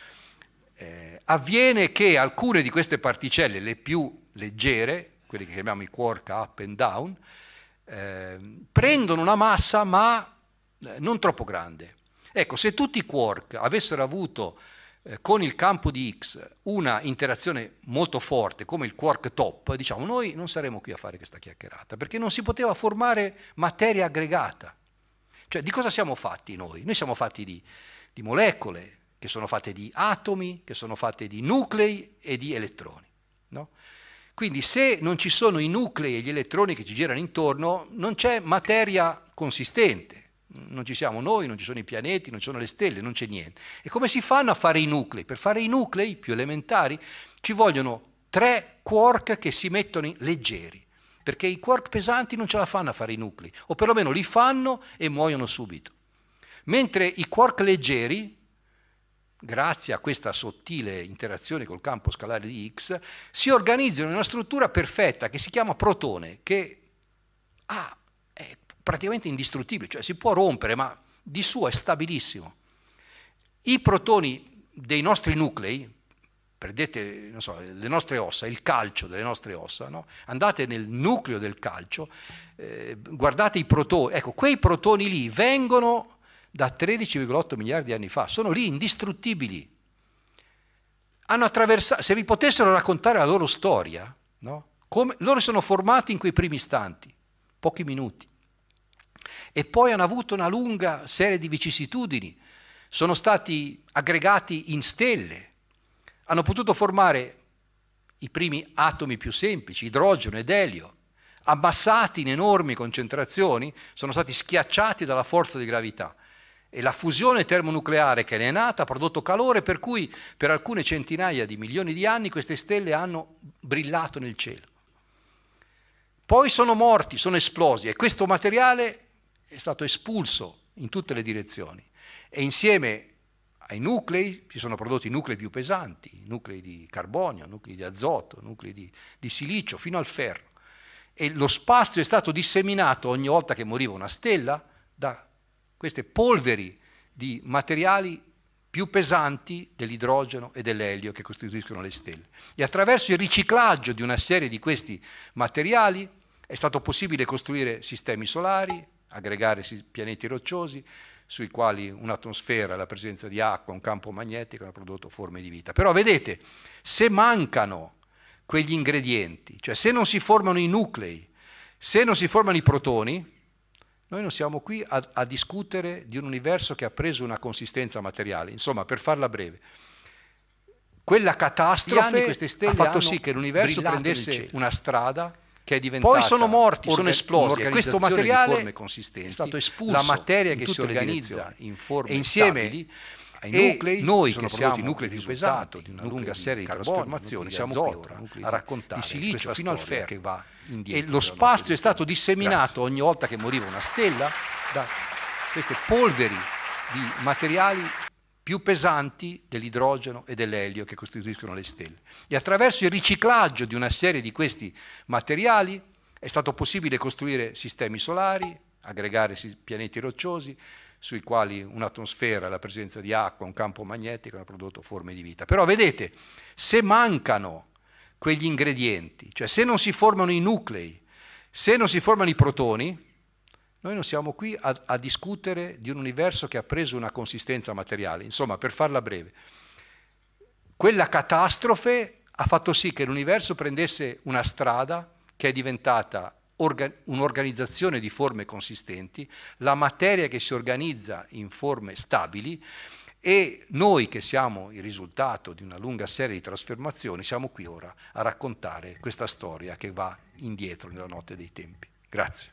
eh, avviene che alcune di queste particelle, le più leggere, quelle che chiamiamo i quark up and down, eh, prendono una massa ma non troppo grande. Ecco, se tutti i quark avessero avuto con il campo di Higgs una interazione molto forte come il quark top, diciamo, noi non saremmo qui a fare questa chiacchierata, perché non si poteva formare materia aggregata. Cioè, di cosa siamo fatti noi? Noi siamo fatti di, di molecole, che sono fatte di atomi, che sono fatte di nuclei e di elettroni, no? Quindi se non ci sono i nuclei e gli elettroni che ci girano intorno, non c'è materia consistente. Non ci siamo noi, non ci sono i pianeti, non ci sono le stelle, non c'è niente. E come si fanno a fare i nuclei? Per fare i nuclei più elementari ci vogliono tre quark che si mettono in leggeri, perché i quark pesanti non ce la fanno a fare i nuclei, o perlomeno li fanno e muoiono subito. Mentre i quark leggeri, grazie a questa sottile interazione col campo scalare di Higgs, si organizzano in una struttura perfetta che si chiama protone, che ha è praticamente indistruttibile, cioè si può rompere, ma di suo è stabilissimo. I protoni dei nostri nuclei, prendete, non so, le nostre ossa, il calcio delle nostre ossa, no? Andate nel nucleo del calcio, eh, guardate i protoni, ecco, quei protoni lì vengono da tredici virgola otto miliardi di anni fa, sono lì indistruttibili. Hanno attraversato, se vi potessero raccontare la loro storia, no? Come, loro sono formati in quei primi istanti, pochi minuti, e poi hanno avuto una lunga serie di vicissitudini, sono stati aggregati in stelle, hanno potuto formare i primi atomi più semplici, idrogeno ed elio, ammassati in enormi concentrazioni, sono stati schiacciati dalla forza di gravità. E la fusione termonucleare che ne è nata ha prodotto calore, per cui per alcune centinaia di milioni di anni queste stelle hanno brillato nel cielo. Poi sono morti, sono esplosi, e questo materiale è stato espulso in tutte le direzioni. E insieme ai nuclei si sono prodotti nuclei più pesanti, nuclei di carbonio, nuclei di azoto, nuclei di, di silicio, fino al ferro. E lo spazio è stato disseminato ogni volta che moriva una stella da queste polveri di materiali più pesanti dell'idrogeno e dell'elio che costituiscono le stelle. E attraverso il riciclaggio di una serie di questi materiali è stato possibile costruire sistemi solari, aggregare pianeti rocciosi, sui quali un'atmosfera e la presenza di acqua, un campo magnetico hanno prodotto forme di vita. Però vedete, se mancano quegli ingredienti, cioè se non si formano i nuclei, se non si formano i protoni, noi non siamo qui a, a discutere di un universo che ha preso una consistenza materiale. Insomma, per farla breve, quella catastrofe queste stelle ha fatto sì che l'universo prendesse una strada che è diventata, poi sono morti, sono esplosi, e questo materiale di forme consistenti è stato espulso, la materia che si organizza in forme e insieme stabili, ai nuclei, noi che siamo i nuclei più pesanti di una lunga serie di trasformazioni, siamo qui ora a raccontare di silicio fino al ferro che va indietro. E lo spazio è stato disseminato ogni volta che moriva una stella da queste polveri di materiali più pesanti dell'idrogeno e dell'elio che costituiscono le stelle. E attraverso il riciclaggio di una serie di questi materiali è stato possibile costruire sistemi solari, aggregare pianeti rocciosi, sui quali un'atmosfera e la presenza di acqua, un campo magnetico hanno prodotto forme di vita. Però vedete, se mancano quegli ingredienti, cioè se non si formano i nuclei, se non si formano i protoni, noi non siamo qui a, a discutere di un universo che ha preso una consistenza materiale. Insomma, per farla breve, quella catastrofe ha fatto sì che l'universo prendesse una strada che è diventata orga- un'organizzazione di forme consistenti, la materia che si organizza in forme stabili, e noi che siamo il risultato di una lunga serie di trasformazioni siamo qui ora a raccontare questa storia che va indietro nella notte dei tempi. Grazie.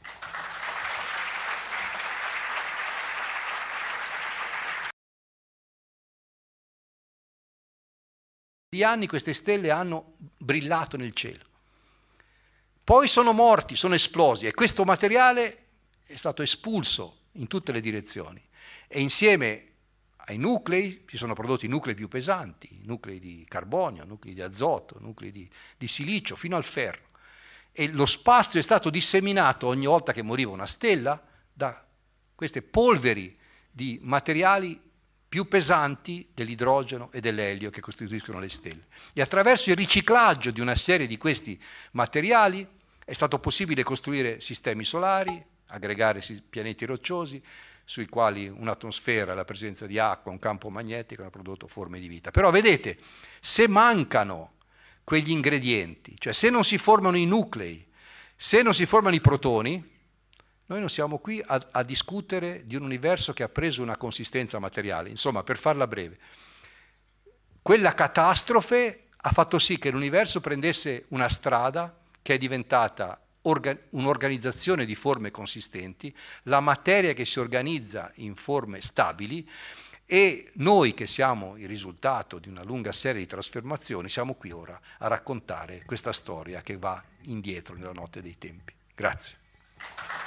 Di anni queste stelle hanno brillato nel cielo, poi sono morti, sono esplosi, e questo materiale è stato espulso in tutte le direzioni, e insieme ai nuclei si sono prodotti nuclei più pesanti, nuclei di carbonio, nuclei di azoto, nuclei di, di silicio, fino al ferro. E lo spazio è stato disseminato ogni volta che moriva una stella da queste polveri di materiali più pesanti dell'idrogeno e dell'elio che costituiscono le stelle. E attraverso il riciclaggio di una serie di questi materiali è stato possibile costruire sistemi solari, aggregare pianeti rocciosi, sui quali un'atmosfera e la presenza di acqua, un campo magnetico hanno prodotto forme di vita. Però vedete, se mancano quegli ingredienti, cioè se non si formano i nuclei, se non si formano i protoni, noi non siamo qui a, a discutere di un universo che ha preso una consistenza materiale. Insomma, per farla breve, quella catastrofe ha fatto sì che l'universo prendesse una strada che è diventata orga- un'organizzazione di forme consistenti, la materia che si organizza in forme stabili, e noi che siamo il risultato di una lunga serie di trasformazioni siamo qui ora a raccontare questa storia che va indietro nella notte dei tempi. Grazie.